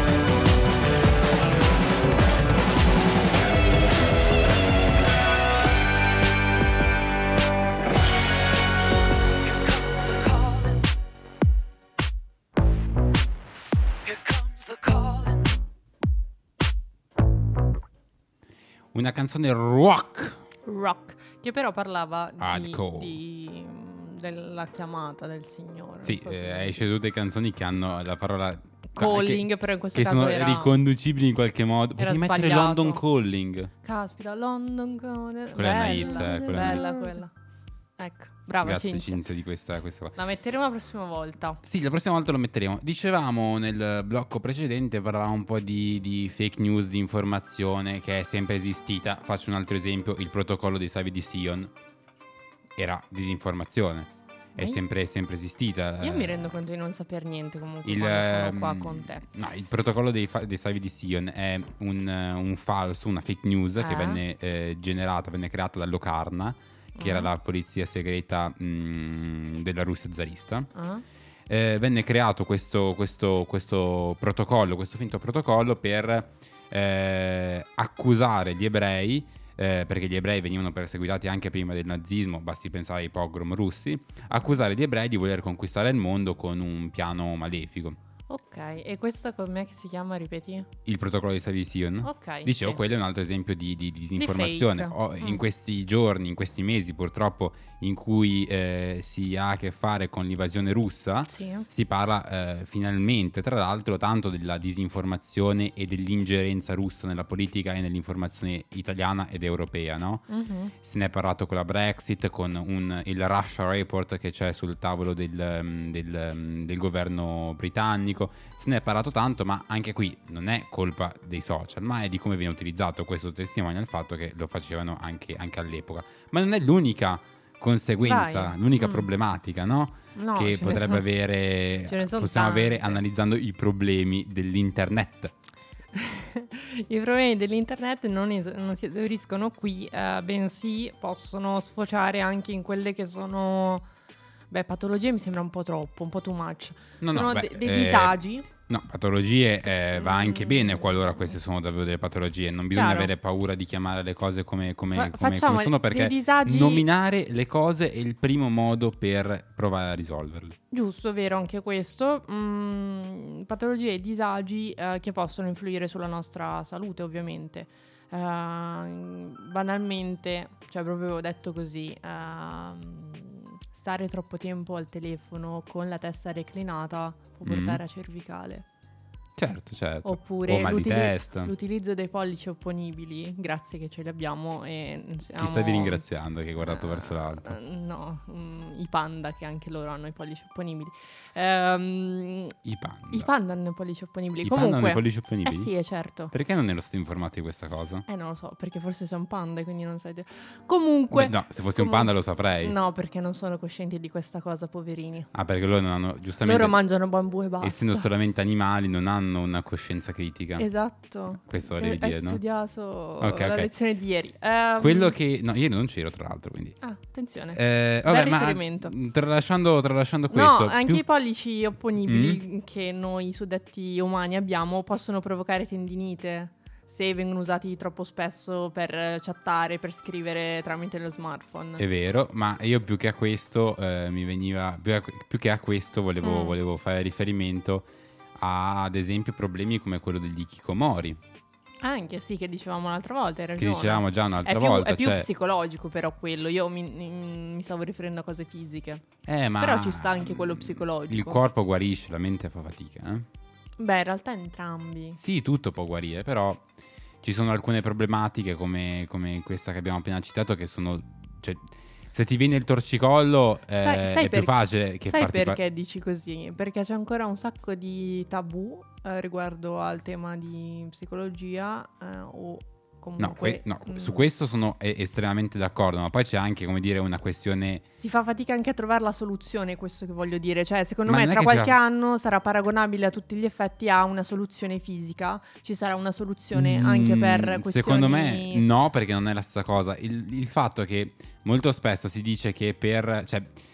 [SPEAKER 2] Una canzone rock.
[SPEAKER 1] Rock, che però parlava di,
[SPEAKER 2] Hardcore.
[SPEAKER 1] di- della chiamata del Signore.
[SPEAKER 2] Sì,
[SPEAKER 1] non so se-
[SPEAKER 2] eh, hai scelto due canzoni che hanno la parola
[SPEAKER 1] Calling,
[SPEAKER 2] che,
[SPEAKER 1] però in questo
[SPEAKER 2] che
[SPEAKER 1] caso
[SPEAKER 2] sono
[SPEAKER 1] era-
[SPEAKER 2] riconducibili in qualche modo.
[SPEAKER 1] era
[SPEAKER 2] Potevi mettere
[SPEAKER 1] sbagliato.
[SPEAKER 2] London Calling.
[SPEAKER 1] Caspita, London Calling.
[SPEAKER 2] Quella è una hit,
[SPEAKER 1] Bella,
[SPEAKER 2] eh, quella è una
[SPEAKER 1] bella quella. Ecco, brava
[SPEAKER 2] Grazie
[SPEAKER 1] Cinzia.
[SPEAKER 2] Cinzia di questa, questa qua.
[SPEAKER 1] La metteremo la prossima volta.
[SPEAKER 2] Sì, la prossima volta lo metteremo. Dicevamo nel blocco precedente, parlavamo un po' di, di fake news, di informazione che è sempre esistita. Faccio un altro esempio, il protocollo dei Savi di Sion era disinformazione. È
[SPEAKER 1] Eh?
[SPEAKER 2] sempre, è sempre esistita.
[SPEAKER 1] Io mi rendo conto di non saper niente comunque
[SPEAKER 2] Il,
[SPEAKER 1] quando sono
[SPEAKER 2] ehm,
[SPEAKER 1] qua con te.
[SPEAKER 2] No, il protocollo dei, fa- dei Savi di Sion è un, eh, un falso, una fake news che
[SPEAKER 1] Eh?
[SPEAKER 2] venne eh, generata, venne creata da Locarna, che era
[SPEAKER 1] Ah.
[SPEAKER 2] la polizia segreta mh, della Russia zarista.
[SPEAKER 1] Ah?
[SPEAKER 2] Eh, venne creato questo, questo, questo protocollo, questo finto protocollo per eh, accusare gli ebrei, eh, perché gli ebrei venivano perseguitati anche prima del nazismo, basti pensare ai pogrom russi, accusare gli ebrei di voler conquistare il mondo con un piano malefico.
[SPEAKER 1] Ok, e questo com'è che si chiama, ripeti?
[SPEAKER 2] Il protocollo di Savi di Sion.
[SPEAKER 1] Ok,
[SPEAKER 2] Dicevo,
[SPEAKER 1] sì.
[SPEAKER 2] quello è un altro esempio di, di- di disinformazione.
[SPEAKER 1] fake.
[SPEAKER 2] O- in
[SPEAKER 1] Mm.
[SPEAKER 2] questi giorni, in questi mesi purtroppo, in cui eh, si ha a che fare con l'invasione russa,
[SPEAKER 1] Sì.
[SPEAKER 2] si parla eh, finalmente, tra l'altro, tanto della disinformazione e dell'ingerenza russa nella politica e nell'informazione italiana ed europea, no?
[SPEAKER 1] Mhm.
[SPEAKER 2] Se ne è parlato con la Brexit, con un- il Russia Report che c'è sul tavolo del, mm, del, mm, del governo britannico. Se ne è parlato tanto, ma anche qui non è colpa dei social, ma è di come viene utilizzato. Questo testimonia il fatto che lo facevano anche, anche all'epoca. Ma non è l'unica conseguenza,
[SPEAKER 1] Vai.
[SPEAKER 2] l'unica
[SPEAKER 1] Mm.
[SPEAKER 2] problematica, no?
[SPEAKER 1] No,
[SPEAKER 2] che
[SPEAKER 1] ce ne
[SPEAKER 2] potrebbe
[SPEAKER 1] sono-
[SPEAKER 2] avere,
[SPEAKER 1] ce ne sono
[SPEAKER 2] possiamo avere
[SPEAKER 1] tante.
[SPEAKER 2] analizzando i problemi dell'internet.
[SPEAKER 1] I problemi dell'internet non, es- non si esauriscono qui, eh, bensì possono sfociare anche in quelle che sono... Beh, patologie mi sembra un po' troppo, un po' too much.
[SPEAKER 2] No, no,
[SPEAKER 1] sono
[SPEAKER 2] beh,
[SPEAKER 1] de- dei
[SPEAKER 2] eh,
[SPEAKER 1] disagi.
[SPEAKER 2] No, patologie eh, va anche
[SPEAKER 1] Mm.
[SPEAKER 2] bene qualora queste sono davvero delle patologie. Non bisogna
[SPEAKER 1] Chiaro.
[SPEAKER 2] avere paura di chiamare le cose come, come,
[SPEAKER 1] Fa-
[SPEAKER 2] come-
[SPEAKER 1] facciamo
[SPEAKER 2] come sono,
[SPEAKER 1] dei
[SPEAKER 2] perché
[SPEAKER 1] disagi-
[SPEAKER 2] nominare le cose è il primo modo per provare a risolverle.
[SPEAKER 1] Giusto, vero anche questo. Mm, patologie e disagi eh, che possono influire sulla nostra salute, ovviamente. Eh, banalmente, cioè proprio detto così, ehm, stare troppo tempo al telefono con la testa reclinata può
[SPEAKER 2] Mm.
[SPEAKER 1] portare a cervicale.
[SPEAKER 2] Certo, certo.
[SPEAKER 1] Oppure
[SPEAKER 2] o mal di
[SPEAKER 1] l'utili-
[SPEAKER 2] testa.
[SPEAKER 1] l'utilizzo dei pollici opponibili, grazie che ce li abbiamo. E siamo-
[SPEAKER 2] Chi stavi ringraziando che hai guardato
[SPEAKER 1] Eh,
[SPEAKER 2] verso l'alto?
[SPEAKER 1] No, mm, i panda che anche loro hanno i pollici opponibili. Ehm,
[SPEAKER 2] I panda.
[SPEAKER 1] I panda hanno i pollici opponibili.
[SPEAKER 2] I panda
[SPEAKER 1] Comunque,
[SPEAKER 2] hanno i pollici opponibili?
[SPEAKER 1] Eh sì, è certo.
[SPEAKER 2] Perché non ero stato informato di questa cosa?
[SPEAKER 1] Eh non lo so, perché forse sono panda e quindi non sai. te- Comunque.
[SPEAKER 2] Beh, no, se fossi un
[SPEAKER 1] comu-
[SPEAKER 2] panda lo saprei.
[SPEAKER 1] No, perché non sono coscienti di questa cosa, poverini.
[SPEAKER 2] Ah, perché loro non hanno, giustamente,
[SPEAKER 1] Loro mangiano bambù e basta.
[SPEAKER 2] essendo solamente animali, non hanno una coscienza critica.
[SPEAKER 1] Esatto.
[SPEAKER 2] Questo
[SPEAKER 1] Eh,
[SPEAKER 2] volevi
[SPEAKER 1] Hai
[SPEAKER 2] dire, no?
[SPEAKER 1] studiato
[SPEAKER 2] Ok,
[SPEAKER 1] la
[SPEAKER 2] ok.
[SPEAKER 1] lezione di ieri. Ehm,
[SPEAKER 2] Quello che... No, ieri non c'ero, tra l'altro, quindi...
[SPEAKER 1] Ah, attenzione.
[SPEAKER 2] Eh,
[SPEAKER 1] Bel
[SPEAKER 2] vabbè, ma
[SPEAKER 1] riferimento.
[SPEAKER 2] tralasciando, tralasciando questo...
[SPEAKER 1] No, anche
[SPEAKER 2] più-
[SPEAKER 1] i pollici opponibili
[SPEAKER 2] Mm.
[SPEAKER 1] che noi suddetti umani abbiamo possono provocare tendinite se vengono usati troppo spesso per eh, chattare, per scrivere tramite lo smartphone.
[SPEAKER 2] È vero, ma io più che a questo eh, mi veniva... Più, a- più che a questo volevo,
[SPEAKER 1] Mm.
[SPEAKER 2] volevo fare riferimento a, ad esempio, problemi come quello degli hikikomori.
[SPEAKER 1] Anche sì, che dicevamo l'altra volta, hai
[SPEAKER 2] Che
[SPEAKER 1] ragione.
[SPEAKER 2] dicevamo già un'altra
[SPEAKER 1] è più,
[SPEAKER 2] volta.
[SPEAKER 1] È più
[SPEAKER 2] cioè-
[SPEAKER 1] psicologico però quello, io mi, mi stavo riferendo a cose fisiche.
[SPEAKER 2] Eh, ma
[SPEAKER 1] Però ci sta anche quello psicologico.
[SPEAKER 2] Il corpo guarisce, la mente fa fatica, eh?
[SPEAKER 1] Beh, in realtà entrambi.
[SPEAKER 2] Sì, tutto può guarire, però ci sono alcune problematiche come, come questa che abbiamo appena citato che sono... Cioè, se ti viene il torcicollo eh,
[SPEAKER 1] Sai- sai
[SPEAKER 2] è più
[SPEAKER 1] per-
[SPEAKER 2] facile che
[SPEAKER 1] Sai
[SPEAKER 2] farti... pa-
[SPEAKER 1] perché dici così? Perché c'è ancora un sacco di tabù eh, riguardo al tema di psicologia eh, o comunque...
[SPEAKER 2] No, que- no,
[SPEAKER 1] mm,
[SPEAKER 2] su questo sono e- estremamente d'accordo, ma poi c'è anche, come dire, una questione...
[SPEAKER 1] Si fa fatica anche a trovare la soluzione, questo che voglio dire. Cioè, secondo
[SPEAKER 2] Ma
[SPEAKER 1] me,
[SPEAKER 2] non è
[SPEAKER 1] tra
[SPEAKER 2] che si
[SPEAKER 1] qualche
[SPEAKER 2] fa-
[SPEAKER 1] anno sarà paragonabile a tutti gli effetti a una soluzione fisica. Ci sarà una soluzione anche per
[SPEAKER 2] Mm,
[SPEAKER 1] questioni...
[SPEAKER 2] Secondo me no, perché non è la stessa cosa. Il, il fatto è che molto spesso si dice che per... Cioè,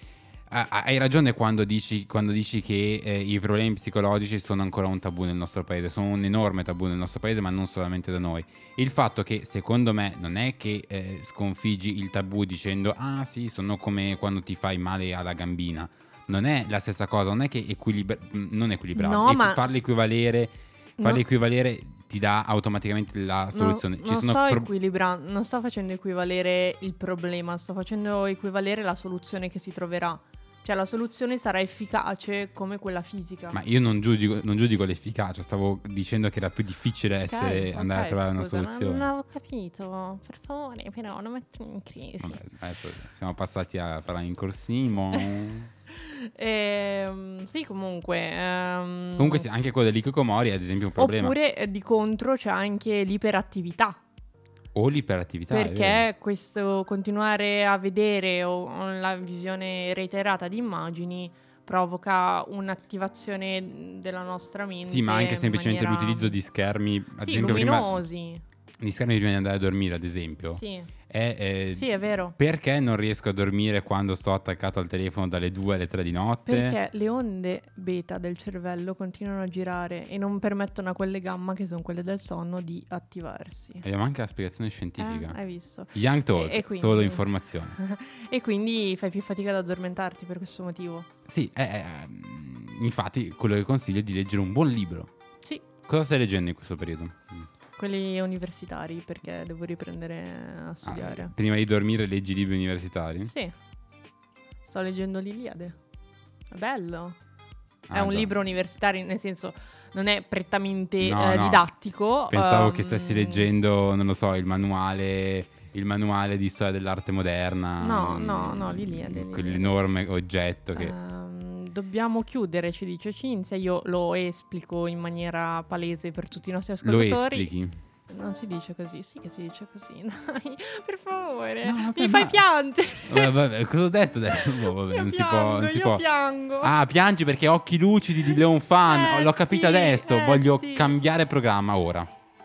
[SPEAKER 2] Ah, hai ragione quando dici, quando dici che eh, i problemi psicologici sono ancora un tabù nel nostro paese, sono un enorme tabù nel nostro paese, ma non solamente da noi. Il fatto che secondo me non è che eh, sconfiggi il tabù dicendo ah sì, sono come quando ti fai male alla gambina, non è la stessa cosa, non è che equilibra- non equilibrare,
[SPEAKER 1] No,
[SPEAKER 2] Equi-
[SPEAKER 1] ma-
[SPEAKER 2] farli equivalere, farli
[SPEAKER 1] No.
[SPEAKER 2] equivalere ti dà automaticamente la soluzione.
[SPEAKER 1] No,
[SPEAKER 2] Ci
[SPEAKER 1] non
[SPEAKER 2] sono
[SPEAKER 1] sto
[SPEAKER 2] pro-
[SPEAKER 1] equilibrando, non sto facendo equivalere il problema, sto facendo equivalere la soluzione che si troverà. Cioè la soluzione sarà efficace come quella fisica.
[SPEAKER 2] Ma io non giudico, non giudico l'efficacia, stavo dicendo che era più difficile essere,
[SPEAKER 1] Ok,
[SPEAKER 2] andare
[SPEAKER 1] ok,
[SPEAKER 2] a trovare
[SPEAKER 1] scusa,
[SPEAKER 2] una soluzione.
[SPEAKER 1] Non avevo capito, per favore, però non mettimi in crisi.
[SPEAKER 2] Vabbè, adesso siamo passati a parlare in corsimo.
[SPEAKER 1] Ehm, sì, comunque. ehm,
[SPEAKER 2] Comunque sì, anche quello dell'ikikomori è ad esempio un problema.
[SPEAKER 1] Oppure eh, di contro c'è anche l'iperattività.
[SPEAKER 2] O l'iperattività. è vero.
[SPEAKER 1] Perché questo continuare a vedere o, o la visione reiterata di immagini provoca un'attivazione della nostra mente.
[SPEAKER 2] Sì, ma anche
[SPEAKER 1] in
[SPEAKER 2] semplicemente
[SPEAKER 1] maniera-
[SPEAKER 2] l'utilizzo di schermi, ad
[SPEAKER 1] Sì,
[SPEAKER 2] esempio prima,
[SPEAKER 1] luminosi.
[SPEAKER 2] di schermi prima di andare a dormire, ad esempio.
[SPEAKER 1] Sì.
[SPEAKER 2] È, è-
[SPEAKER 1] Sì, è vero.
[SPEAKER 2] Perché non riesco a dormire quando sto attaccato al telefono dalle due alle tre di notte?
[SPEAKER 1] Perché le onde beta del cervello continuano a girare e non permettono a quelle gamma, che sono quelle del sonno, di attivarsi.
[SPEAKER 2] Abbiamo anche la spiegazione scientifica.
[SPEAKER 1] Eh, hai visto?
[SPEAKER 2] Young Talk,
[SPEAKER 1] E- e quindi-
[SPEAKER 2] solo informazione.
[SPEAKER 1] E quindi fai più fatica ad addormentarti per questo motivo.
[SPEAKER 2] Sì, eh, eh, infatti quello che consiglio è di leggere un buon libro.
[SPEAKER 1] Sì.
[SPEAKER 2] Cosa stai leggendo in questo periodo? Mm.
[SPEAKER 1] Quelli universitari, perché devo riprendere a studiare.
[SPEAKER 2] Ah, prima di dormire leggi libri universitari?
[SPEAKER 1] Sì. Sto leggendo l'Iliade. È bello. È
[SPEAKER 2] Ah,
[SPEAKER 1] un
[SPEAKER 2] già.
[SPEAKER 1] libro universitario, nel senso non è prettamente
[SPEAKER 2] No,
[SPEAKER 1] eh,
[SPEAKER 2] no.
[SPEAKER 1] didattico.
[SPEAKER 2] Pensavo
[SPEAKER 1] ehm,
[SPEAKER 2] che stessi leggendo, non lo so, il manuale, il manuale di storia dell'arte moderna.
[SPEAKER 1] No,
[SPEAKER 2] mm,
[SPEAKER 1] no, no, l'Iliade, l'Iliade.
[SPEAKER 2] Quell'enorme oggetto che...
[SPEAKER 1] ehm, dobbiamo chiudere, ci dice Cinzia. Io lo esplico in maniera palese per tutti i nostri
[SPEAKER 2] Lo
[SPEAKER 1] ascoltatori.
[SPEAKER 2] esplichi?
[SPEAKER 1] Non si dice così, sì che si dice così. Dai, per favore,
[SPEAKER 2] No, vabbè,
[SPEAKER 1] mi fai
[SPEAKER 2] ma-
[SPEAKER 1] piangere.
[SPEAKER 2] Vabbè, vabbè, cosa ho detto adesso? Boh, vabbè,
[SPEAKER 1] Io
[SPEAKER 2] non si può,
[SPEAKER 1] piango,
[SPEAKER 2] non si
[SPEAKER 1] io
[SPEAKER 2] può.
[SPEAKER 1] piango.
[SPEAKER 2] Ah, piangi perché Occhi lucidi di Leon Fan.
[SPEAKER 1] Eh,
[SPEAKER 2] L'ho capito
[SPEAKER 1] sì,
[SPEAKER 2] adesso.
[SPEAKER 1] eh,
[SPEAKER 2] Voglio
[SPEAKER 1] sì.
[SPEAKER 2] cambiare programma ora.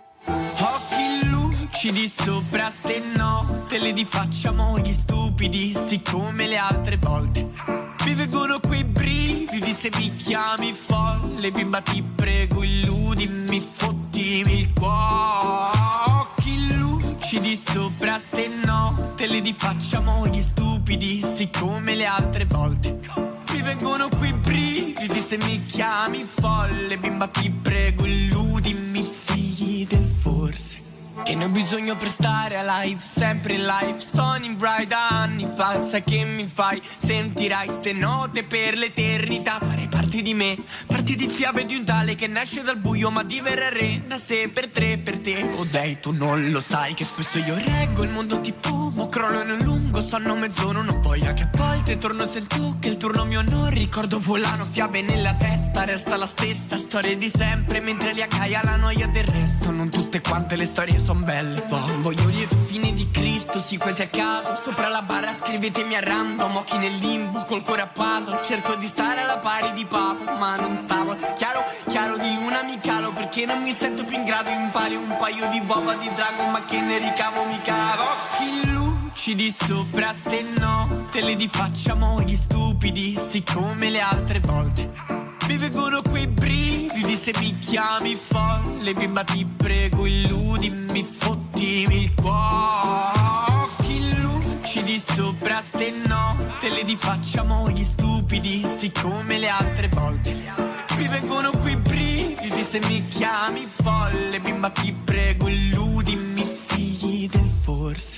[SPEAKER 10] Occhi lucidi sopra ste notte, le rifacciamo gli stupidi, siccome le altre volte. Mi vengono quei brividi se mi chiami folle, bimba ti prego illudimi, fottimi il cuore. Occhi lucidi sopra ste notte, le rifacciamo gli stupidi, siccome le altre volte. Mi vengono quei brividi se mi chiami folle, bimba ti prego illudimi, figli del forse. Che non ho bisogno per stare alive, sempre in live. Sono in ride da anni fa, sai che mi fai? Sentirai ste note per l'eternità. Sarai parte di me, parte di fiabe di un tale che nasce dal buio ma diverrà re da sé per tre per te. Oh dai, tu non lo sai che spesso io reggo il mondo tipo mo crollo in un lungo sonno mezz'ora, non voglia che a volte torno sento che il turno mio non ricordo volano, fiabe nella testa, resta la stessa storia di sempre mentre li accaia la noia del resto. Non tutte quante le storie son belle, oh, voglio lieto fine di Cristo, sì quasi a caso, sopra la barra scrivetemi a random, occhi nel limbo, col cuore a puzzle, cerco di stare alla pari di Papo, ma non stavo, chiaro, chiaro di luna mi calo, perché non mi sento più in grado, impari un paio di uova di drago, ma che ne ricavo mi cavo. Occhi lucidi sopra ste notte, le rifacciamo gli stupidi, siccome le altre volte. Mi vengono quei brividi se mi chiami folle, bimba ti prego illudimi, fottimi il cuore. Occhi lucidi sopra ste notte, le rifacciamo gli stupidi, siccome le altre volte. Mi vengono quei brividi se mi chiami folle, bimba ti prego illudimi, figli del forse.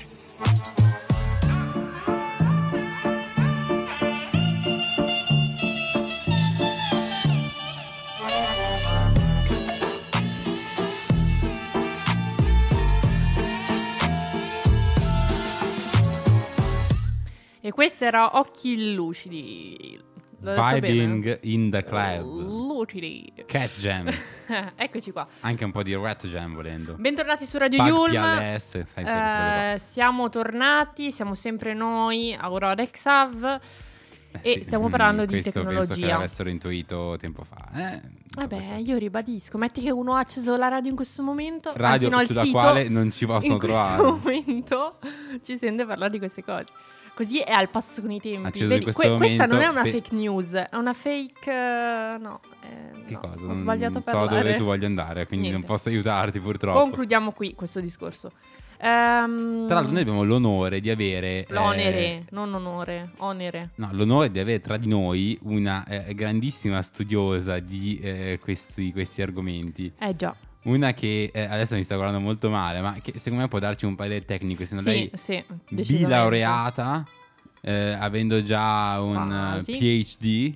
[SPEAKER 1] E questo era Occhi lucidi. L'ho detto
[SPEAKER 2] Vibing
[SPEAKER 1] bene?
[SPEAKER 2] in the club.
[SPEAKER 1] Lucidi.
[SPEAKER 2] Cat Jam.
[SPEAKER 1] Eccoci qua.
[SPEAKER 2] Anche un po' di Rat Jam volendo.
[SPEAKER 1] Bentornati su Radio
[SPEAKER 2] Pug
[SPEAKER 1] Yulm.
[SPEAKER 2] P L S, sai, sai, sai,
[SPEAKER 1] Eh, siamo tornati, siamo sempre noi, Aurora e Xav. E
[SPEAKER 2] Sì,
[SPEAKER 1] stiamo parlando
[SPEAKER 2] mm,
[SPEAKER 1] di
[SPEAKER 2] questo penso che
[SPEAKER 1] tecnologia.
[SPEAKER 2] l'avessero intuito tempo fa. Eh, non so
[SPEAKER 1] Vabbè,
[SPEAKER 2] perché.
[SPEAKER 1] io ribadisco, metti che uno ha acceso la radio in questo momento,
[SPEAKER 2] Radio
[SPEAKER 1] anzi no, il
[SPEAKER 2] sulla
[SPEAKER 1] sito,
[SPEAKER 2] quale non ci possono
[SPEAKER 1] in
[SPEAKER 2] trovare.
[SPEAKER 1] questo momento ci sente parlare di queste cose. così è al passo con i tempi.
[SPEAKER 2] Acceso in
[SPEAKER 1] Vedi,
[SPEAKER 2] questo
[SPEAKER 1] que- questa
[SPEAKER 2] momento
[SPEAKER 1] non è una
[SPEAKER 2] pe-
[SPEAKER 1] fake news, è una fake... eh, no, eh,
[SPEAKER 2] Che
[SPEAKER 1] no,
[SPEAKER 2] cosa?
[SPEAKER 1] ho
[SPEAKER 2] Non
[SPEAKER 1] sbagliato a
[SPEAKER 2] so
[SPEAKER 1] parlare.
[SPEAKER 2] dove tu voglia andare, quindi
[SPEAKER 1] Niente.
[SPEAKER 2] non posso aiutarti purtroppo.
[SPEAKER 1] Concludiamo qui questo discorso. Ehm,
[SPEAKER 2] Tra l'altro noi abbiamo l'onore di avere...
[SPEAKER 1] L'onere,
[SPEAKER 2] eh,
[SPEAKER 1] non onore, onere.
[SPEAKER 2] No, l'onore di avere tra di noi una eh, grandissima studiosa di eh, questi, questi argomenti.
[SPEAKER 1] Eh già.
[SPEAKER 2] Una che eh, adesso mi sta guardando molto male, ma che secondo me può darci un parere tecnico, essendo
[SPEAKER 1] Sì,
[SPEAKER 2] lei
[SPEAKER 1] sì, decisamente.
[SPEAKER 2] bilaureata, eh, avendo già un
[SPEAKER 1] Quasi.
[SPEAKER 2] eh, P H D,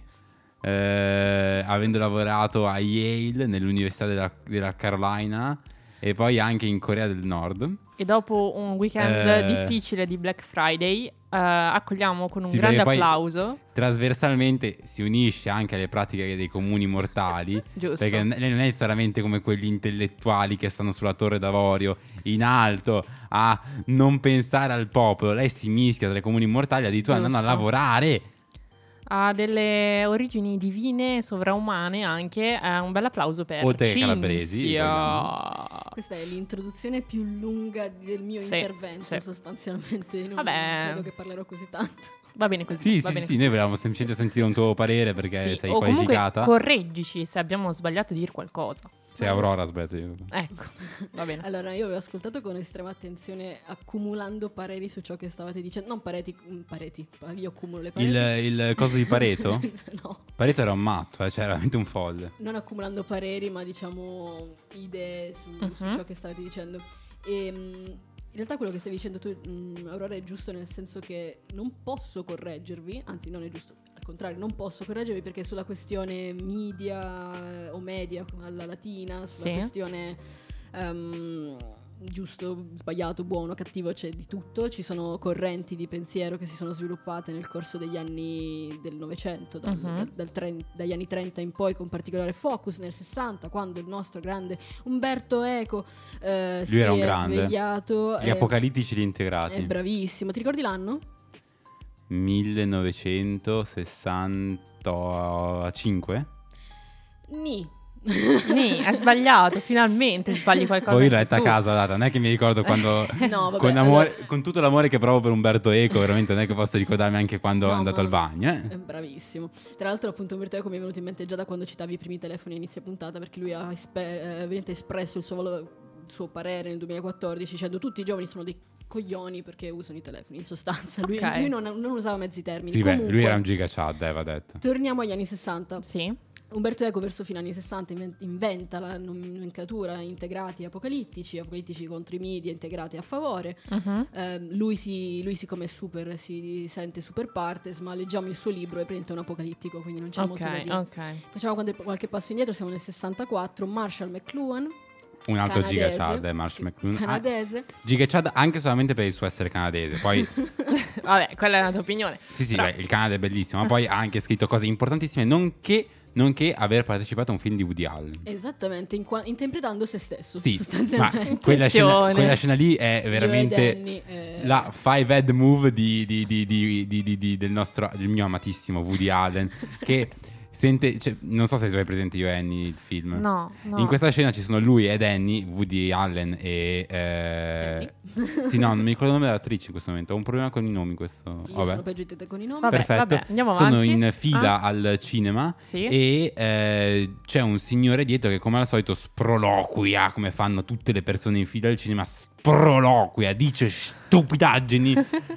[SPEAKER 2] eh, avendo lavorato a Yale nell'Università della, della Carolina e poi anche in Corea del Nord.
[SPEAKER 1] E dopo un weekend
[SPEAKER 2] Eh.
[SPEAKER 1] difficile di Black Friday, eh, accogliamo con un
[SPEAKER 2] Sì,
[SPEAKER 1] grande
[SPEAKER 2] perché poi
[SPEAKER 1] applauso.
[SPEAKER 2] Trasversalmente si unisce anche alle pratiche dei comuni mortali.
[SPEAKER 1] Giusto.
[SPEAKER 2] Perché n- lei non è solamente come quegli intellettuali che stanno sulla Torre d'Avorio in alto a non pensare al popolo. Lei si mischia tra i comuni mortali, addirittura
[SPEAKER 1] Giusto.
[SPEAKER 2] andando a lavorare.
[SPEAKER 1] Ha delle origini divine, sovraumane anche. Eh, un bel applauso per
[SPEAKER 2] Oltre che calabresi,
[SPEAKER 1] Cinzia.
[SPEAKER 3] Questa è l'introduzione più lunga del mio
[SPEAKER 1] Sì,
[SPEAKER 3] intervento,
[SPEAKER 1] sì.
[SPEAKER 3] sostanzialmente. Non
[SPEAKER 1] Vabbè.
[SPEAKER 3] credo che parlerò così tanto.
[SPEAKER 1] Va bene così.
[SPEAKER 2] Sì,
[SPEAKER 1] va
[SPEAKER 2] sì,
[SPEAKER 1] bene
[SPEAKER 2] sì,
[SPEAKER 1] così.
[SPEAKER 2] noi volevamo semplicemente sentire un tuo parere perché
[SPEAKER 1] Sì,
[SPEAKER 2] sei
[SPEAKER 1] o comunque
[SPEAKER 2] qualificata.
[SPEAKER 1] correggici se abbiamo sbagliato a dire qualcosa.
[SPEAKER 2] Sei Aurora, sbagliato io.
[SPEAKER 1] Ecco, va bene.
[SPEAKER 3] Allora, io avevo ascoltato con estrema attenzione, accumulando pareri su ciò che stavate dicendo. Non pareti, mm, pareti, io accumulo le
[SPEAKER 2] Il,
[SPEAKER 3] pareti.
[SPEAKER 2] il coso di Pareto?
[SPEAKER 3] No,
[SPEAKER 2] Pareto era un matto, eh, cioè era veramente un folle.
[SPEAKER 3] non accumulando pareri, ma diciamo idee su, su
[SPEAKER 1] Mhm.
[SPEAKER 3] ciò che stavate dicendo. E mm, in realtà quello che stai dicendo tu, mm, Aurora, è giusto nel senso che non posso correggervi, anzi non è giusto, al contrario, non posso correggervi perché sulla questione media eh, o media alla latina, sulla
[SPEAKER 1] Sì.
[SPEAKER 3] questione ehm, giusto, sbagliato, buono, cattivo, c'è di tutto. Ci sono correnti di pensiero che si sono sviluppate nel corso degli anni del Novecento, dal-
[SPEAKER 1] Mhm.
[SPEAKER 3] dal- dal tren- dagli anni trenta in poi, con particolare focus nel sessanta, quando il nostro grande Umberto Eco eh, si
[SPEAKER 2] era un
[SPEAKER 3] è
[SPEAKER 2] grande.
[SPEAKER 3] svegliato.
[SPEAKER 2] Gli
[SPEAKER 3] e-
[SPEAKER 2] apocalittici
[SPEAKER 3] È
[SPEAKER 2] reintegrati.
[SPEAKER 3] bravissimo. Ti ricordi l'anno?
[SPEAKER 2] millenovecentosessantacinque.
[SPEAKER 3] Ni.
[SPEAKER 1] Nì, hai sbagliato, finalmente sbagli qualcosa.
[SPEAKER 2] Poi l'ho
[SPEAKER 1] anche
[SPEAKER 2] letta a
[SPEAKER 1] tu.
[SPEAKER 2] casa, data. Non è che mi ricordo quando.
[SPEAKER 3] No, vabbè,
[SPEAKER 2] con, amore-
[SPEAKER 3] allora-
[SPEAKER 2] con tutto l'amore che provo per Umberto Eco, veramente non è che posso ricordarmi anche quando
[SPEAKER 3] No,
[SPEAKER 2] è andato
[SPEAKER 3] ma-
[SPEAKER 2] al bagno. Eh.
[SPEAKER 3] È bravissimo. Tra l'altro, appunto, Umberto Eco mi è venuto in mente già da quando citavi i primi telefoni a inizio puntata, perché lui ha espe- eh, veramente espresso il suo, valo- il suo parere nel duemilaquattordici dicendo tutti i giovani sono dei coglioni perché usano i telefoni. In sostanza, lui,
[SPEAKER 1] Ok.
[SPEAKER 3] lui non, non usava mezzi termini.
[SPEAKER 2] Sì, beh,
[SPEAKER 3] Comunque,
[SPEAKER 2] lui era un giga chad, eh, va detto.
[SPEAKER 3] torniamo agli anni sessanta.
[SPEAKER 1] Sì.
[SPEAKER 3] Umberto Eco verso fine anni sessanta inven- inventa la nomenclatura integrati e apocalittici, apocalittici contro i media, integrati a favore.
[SPEAKER 1] Mhm.
[SPEAKER 3] Ehm, lui, si, lui siccome è super, si sente super partes, ma leggiamo il suo libro e prende un apocalittico, quindi non c'è molto da
[SPEAKER 1] Ok,
[SPEAKER 3] dire.
[SPEAKER 1] ok.
[SPEAKER 3] Facciamo qualche, qualche passo indietro, siamo nel sessantaquattro, Marshall McLuhan,
[SPEAKER 2] Un altro giga
[SPEAKER 3] canadese,
[SPEAKER 2] chad, eh, Marsh McLuhan. Ah,
[SPEAKER 3] canadese.
[SPEAKER 2] giga chad anche solamente per il suo essere canadese. Poi,
[SPEAKER 1] Vabbè, quella è la tua opinione.
[SPEAKER 2] sì, sì,
[SPEAKER 1] Però-
[SPEAKER 2] beh, il Canada è bellissimo. Ma poi ha anche scritto cose importantissime, nonché, nonché aver partecipato a un film di Woody Allen.
[SPEAKER 3] Esattamente, in qua- interpretando se stesso,
[SPEAKER 2] Sì, ma
[SPEAKER 3] sostanzialmente.
[SPEAKER 2] quella scena,
[SPEAKER 1] Attenzione.
[SPEAKER 2] quella scena lì è
[SPEAKER 3] Io
[SPEAKER 2] veramente
[SPEAKER 3] e Danny, eh,
[SPEAKER 2] la five head move di, di- di- di- di- di- di- del nostro, del mio amatissimo Woody Allen, che sente, cioè, non so se tu hai presente Io e Annie il film.
[SPEAKER 1] No, no.
[SPEAKER 2] In questa scena ci sono lui ed Annie, Woody Allen e eh, sì, no, non mi ricordo il nome dell'attrice in questo momento. Ho un problema con i nomi in questo.
[SPEAKER 3] Io
[SPEAKER 2] Vabbè.
[SPEAKER 3] sono peggio di te con i nomi.
[SPEAKER 1] Vabbè,
[SPEAKER 2] Perfetto.
[SPEAKER 1] vabbè, andiamo
[SPEAKER 2] Sono
[SPEAKER 1] avanti.
[SPEAKER 2] in fila
[SPEAKER 1] Ah.
[SPEAKER 2] al cinema
[SPEAKER 1] Sì.
[SPEAKER 2] e eh, c'è un signore dietro che come al solito sproloquia, come fanno tutte le persone in fila al cinema, sproloquia, dice stupidaggini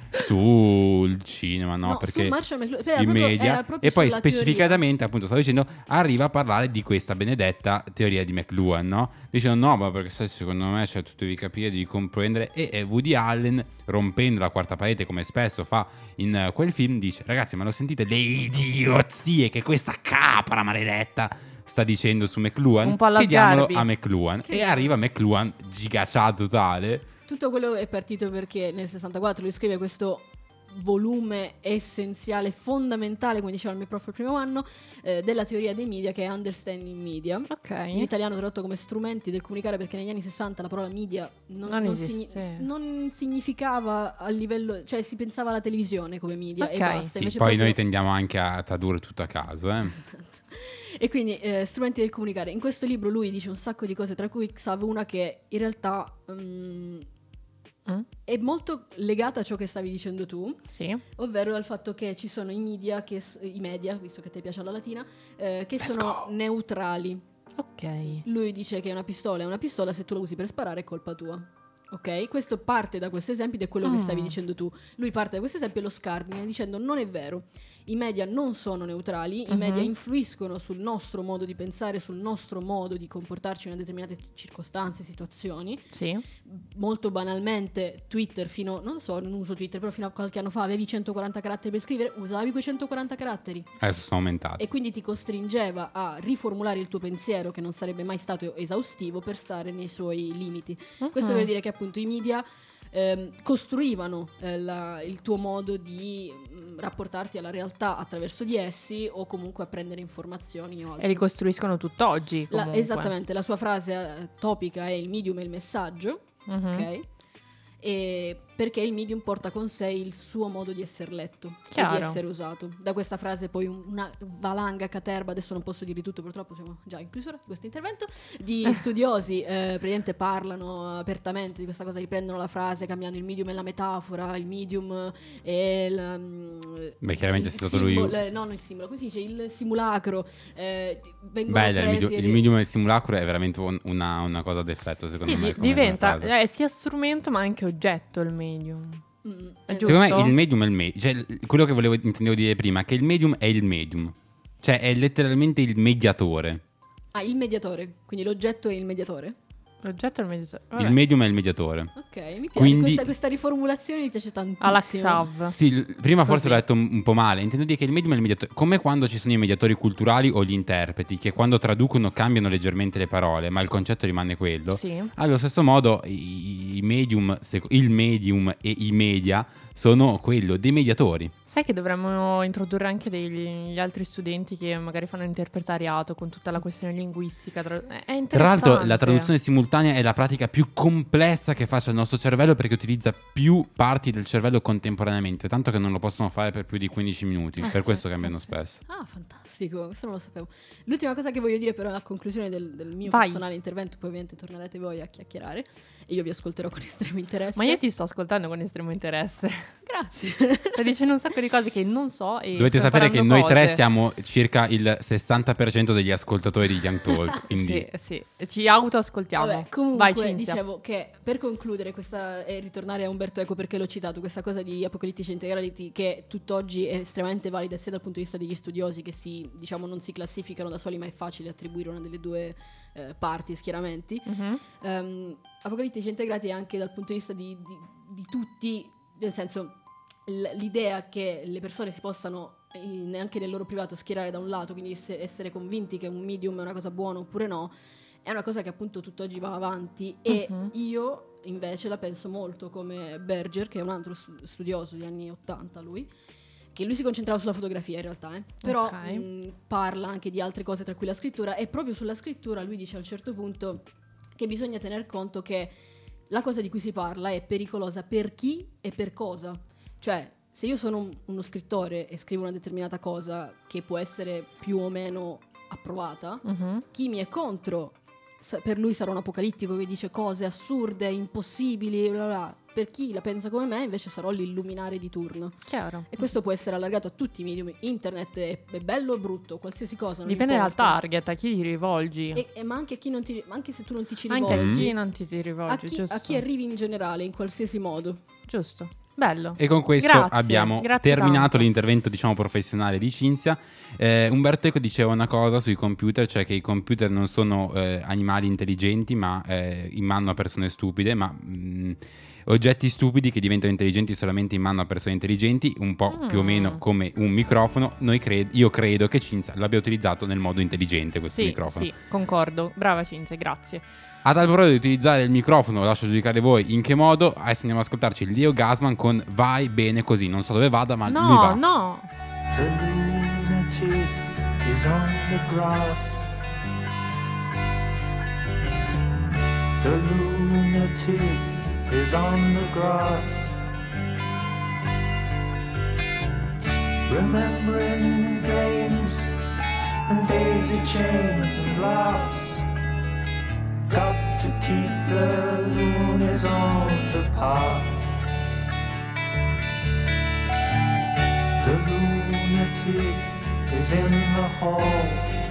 [SPEAKER 2] sul cinema, no?
[SPEAKER 3] No,
[SPEAKER 2] perché
[SPEAKER 3] su Marshall McLuhan, era
[SPEAKER 2] in
[SPEAKER 3] proprio-
[SPEAKER 2] media
[SPEAKER 3] era proprio
[SPEAKER 2] e poi
[SPEAKER 3] sulla
[SPEAKER 2] specificatamente, appunto, stavo dicendo, arriva a parlare di questa benedetta teoria di McLuhan, no? Dicendo no, ma perché sai, secondo me cioè, tu devi capire, devi comprendere e, e Woody Allen, rompendo la quarta parete come spesso fa in eh, quel film, dice ragazzi, ma lo sentite le idiozie che questa capra maledetta sta dicendo su McLuhan?
[SPEAKER 1] Un po' alla
[SPEAKER 2] Chiediamolo
[SPEAKER 1] Sgarbi.
[SPEAKER 2] a McLuhan.
[SPEAKER 3] Che
[SPEAKER 2] E
[SPEAKER 3] so.
[SPEAKER 2] arriva McLuhan gigacciato totale.
[SPEAKER 3] Tutto quello è partito perché nel sessantaquattro lui scrive questo volume essenziale, fondamentale, come diceva il mio prof al primo anno, eh, della teoria dei media, che è Understanding Media.
[SPEAKER 1] Ok.
[SPEAKER 3] In italiano tradotto come strumenti del comunicare, perché negli anni sessanta la parola media non,
[SPEAKER 1] Non
[SPEAKER 3] non
[SPEAKER 1] esiste.
[SPEAKER 3] non significava a livello, cioè si pensava alla televisione come media e
[SPEAKER 1] Ok.
[SPEAKER 3] basta.
[SPEAKER 2] Sì,
[SPEAKER 3] Invece
[SPEAKER 2] poi
[SPEAKER 3] proprio-
[SPEAKER 2] noi tendiamo anche a tradurre tutto a caso, eh.
[SPEAKER 3] E quindi eh, strumenti del comunicare. In questo libro lui dice un sacco di cose, tra cui Xav, una che in realtà mm, mm. è molto legata a ciò che stavi dicendo tu,
[SPEAKER 1] sì.
[SPEAKER 3] ovvero al fatto che ci sono i media, che, i media, visto che a te piace la latina, eh, che Let's sono go. neutrali.
[SPEAKER 1] Ok.
[SPEAKER 3] Lui dice che una pistola è una pistola, se tu la usi per sparare è colpa tua. Ok? Questo parte da questo esempio ed è quello mm. che stavi dicendo tu. Lui parte da questo esempio e lo scardina dicendo non è vero. I media non sono neutrali, uh-huh. i media influiscono sul nostro modo di pensare, sul nostro modo di comportarci in determinate circostanze, situazioni.
[SPEAKER 1] Sì.
[SPEAKER 3] Molto banalmente Twitter fino, non so, non uso Twitter, però fino a qualche anno fa avevi centoquaranta caratteri per scrivere, usavi quei centoquaranta caratteri.
[SPEAKER 2] Adesso sono aumentati.
[SPEAKER 3] E quindi ti costringeva a riformulare il tuo pensiero, che non sarebbe mai stato esaustivo, per stare nei suoi limiti. Uh-huh. Questo vuol dire che appunto i media ehm, costruivano eh, la, il tuo modo di mh, rapportarti alla realtà attraverso di essi, o comunque a prendere informazioni o altro.
[SPEAKER 1] E li costruiscono tutt'oggi
[SPEAKER 3] la, esattamente, la sua frase eh, topica è il medium e il messaggio. Uh-huh. Ok? E perché il medium porta con sé il suo modo di essere letto,
[SPEAKER 1] Chiaro.
[SPEAKER 3] e di essere usato. Da questa frase poi una valanga caterba, adesso non posso dire tutto, purtroppo siamo già in chiusura di questo intervento, di studiosi eh, praticamente parlano apertamente di questa cosa, riprendono la frase cambiando il medium e la metafora, il medium e il
[SPEAKER 2] Beh, chiaramente
[SPEAKER 3] il
[SPEAKER 2] è stato
[SPEAKER 3] simbolo,
[SPEAKER 2] lui
[SPEAKER 3] eh, no, il simbolo, come si dice, il simulacro, eh, vengono
[SPEAKER 2] Beh,
[SPEAKER 3] presi
[SPEAKER 2] il, medium, il medium e il simulacro è veramente un, una, una cosa d'effetto, secondo
[SPEAKER 1] sì,
[SPEAKER 2] me.
[SPEAKER 1] Di, diventa è sia strumento ma anche oggetto il medium.
[SPEAKER 3] Mm,
[SPEAKER 2] Secondo me il medium è il medium, cioè quello che volevo intendevo dire prima è che il medium è il medium, cioè è letteralmente il mediatore.
[SPEAKER 3] Ah, il mediatore, quindi l'oggetto è il mediatore?
[SPEAKER 1] L'oggetto è il mediatore. Vabbè.
[SPEAKER 2] Il medium è il mediatore.
[SPEAKER 3] Ok, mi piace.
[SPEAKER 2] Quindi,
[SPEAKER 3] questa, questa riformulazione mi piace tantissimo.
[SPEAKER 1] Alla Xav.
[SPEAKER 2] Sì, l- prima Così. forse l'ho detto un, un po' male. Intendo dire che il medium è il mediatore. Come quando ci sono i mediatori culturali o gli interpreti, che quando traducono cambiano leggermente le parole, ma il concetto rimane quello.
[SPEAKER 1] Sì.
[SPEAKER 2] Allo stesso modo, i, i medium, il medium e i media sono quello, dei mediatori.
[SPEAKER 1] Sai che dovremmo introdurre anche degli altri studenti che magari fanno interpretariato con tutta la questione linguistica. È interessante.
[SPEAKER 2] Tra l'altro la traduzione simultanea è la pratica più complessa che faccia il nostro cervello, perché utilizza più parti del cervello contemporaneamente, tanto che non lo possono fare per più di quindici minuti,
[SPEAKER 3] ah,
[SPEAKER 2] per
[SPEAKER 3] sì,
[SPEAKER 2] questo cambiano
[SPEAKER 3] ah, sì.
[SPEAKER 2] spesso.
[SPEAKER 3] Ah, fantastico, questo non lo sapevo. L'ultima cosa che voglio dire però a conclusione del, del mio
[SPEAKER 1] Vai.
[SPEAKER 3] personale intervento, poi ovviamente tornerete voi a chiacchierare e io vi ascolterò con estremo interesse.
[SPEAKER 1] Ma io ti sto ascoltando con estremo interesse.
[SPEAKER 3] Grazie.
[SPEAKER 1] Stai dicendo un sacco di cose che non so e
[SPEAKER 2] dovete
[SPEAKER 1] sto
[SPEAKER 2] sapere che
[SPEAKER 1] imparando
[SPEAKER 2] noi
[SPEAKER 1] cose.
[SPEAKER 2] tre siamo circa il sessanta per cento degli ascoltatori di Young Talk, quindi
[SPEAKER 1] Sì, sì, ci autoascoltiamo.
[SPEAKER 3] Vabbè, comunque
[SPEAKER 1] Vai, Cinzia.
[SPEAKER 3] dicevo che per concludere questa e ritornare a Umberto Eco, perché l'ho citato, questa cosa di Apocalittici Integrality che tutt'oggi è estremamente valida sia dal punto di vista degli studiosi, che si, diciamo, non si classificano da soli, ma è facile attribuire una delle due eh, parti, schieramenti.
[SPEAKER 1] Uh-huh.
[SPEAKER 3] um, Apocalittici Integrati è anche dal punto di vista di, di, di tutti, nel senso l- l'idea che le persone si possano in, anche nel loro privato schierare da un lato, quindi ess- essere convinti che un medium è una cosa buona oppure no, è una cosa che appunto tutt'oggi va avanti. E
[SPEAKER 1] uh-huh.
[SPEAKER 3] io invece la penso molto come Berger, che è un altro studioso degli anni ottanta, lui, che lui si concentrava sulla fotografia in realtà, eh. però
[SPEAKER 1] okay.
[SPEAKER 3] mh, parla anche di altre cose, tra cui la scrittura, e proprio sulla scrittura lui dice a un certo punto che bisogna tener conto che la cosa di cui si parla è pericolosa per chi e per cosa. Cioè, se io sono un, uno scrittore e scrivo una determinata cosa che può essere più o meno approvata,
[SPEAKER 1] uh-huh.
[SPEAKER 3] chi mi è contro, sa- per lui sarà un apocalittico che dice cose assurde, impossibili, bla bla. Per chi la pensa come me invece sarò l'illuminare di turno.
[SPEAKER 1] Chiaro.
[SPEAKER 3] E questo può essere allargato a tutti i medium. Internet è, è bello o brutto, qualsiasi cosa, non
[SPEAKER 1] dipende dal
[SPEAKER 3] importa.
[SPEAKER 1] target, a chi ti rivolgi.
[SPEAKER 3] E, e ma anche a chi non ti, ma anche se tu non ti ci
[SPEAKER 1] Anche
[SPEAKER 3] rivolgi,
[SPEAKER 1] a chi non ti, ti rivolgi,
[SPEAKER 3] a chi,
[SPEAKER 1] giusto.
[SPEAKER 3] a chi arrivi in generale, in qualsiasi modo.
[SPEAKER 1] Giusto. Bello.
[SPEAKER 2] E con questo
[SPEAKER 1] Grazie,
[SPEAKER 2] abbiamo
[SPEAKER 1] grazie
[SPEAKER 2] terminato
[SPEAKER 1] tanto.
[SPEAKER 2] l'intervento, diciamo, professionale di Cinzia. Eh, Umberto Eco diceva una cosa sui computer, cioè che i computer non sono eh, animali intelligenti, ma eh, in mano a persone stupide, ma mh, oggetti stupidi che diventano intelligenti solamente in mano a persone intelligenti, un po'
[SPEAKER 1] Mm.
[SPEAKER 2] più o meno come un microfono. Noi cred- io credo che Cinzia l'abbia utilizzato nel modo intelligente questo
[SPEAKER 1] Sì,
[SPEAKER 2] microfono.
[SPEAKER 1] sì, concordo. Brava Cinzia, grazie.
[SPEAKER 2] A tal proposito di utilizzare il microfono, lascio giudicare voi in che modo. Adesso andiamo ad ascoltarci Leo Gassman con Vai bene così. Non so dove vada, ma lui
[SPEAKER 1] No,
[SPEAKER 2] va.
[SPEAKER 1] no.
[SPEAKER 9] The lunatic is on the grass. The lunatic is on the grass. Remembering games and daisy chains and laughs. Got to keep the loonies on the path. The lunatic is in the hall.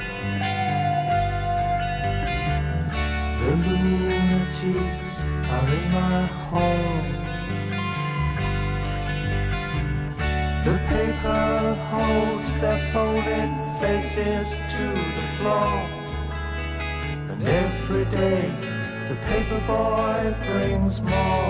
[SPEAKER 9] The lunatics are in my hall. The paper holds their folded faces to the floor. And every day the paper boy brings more.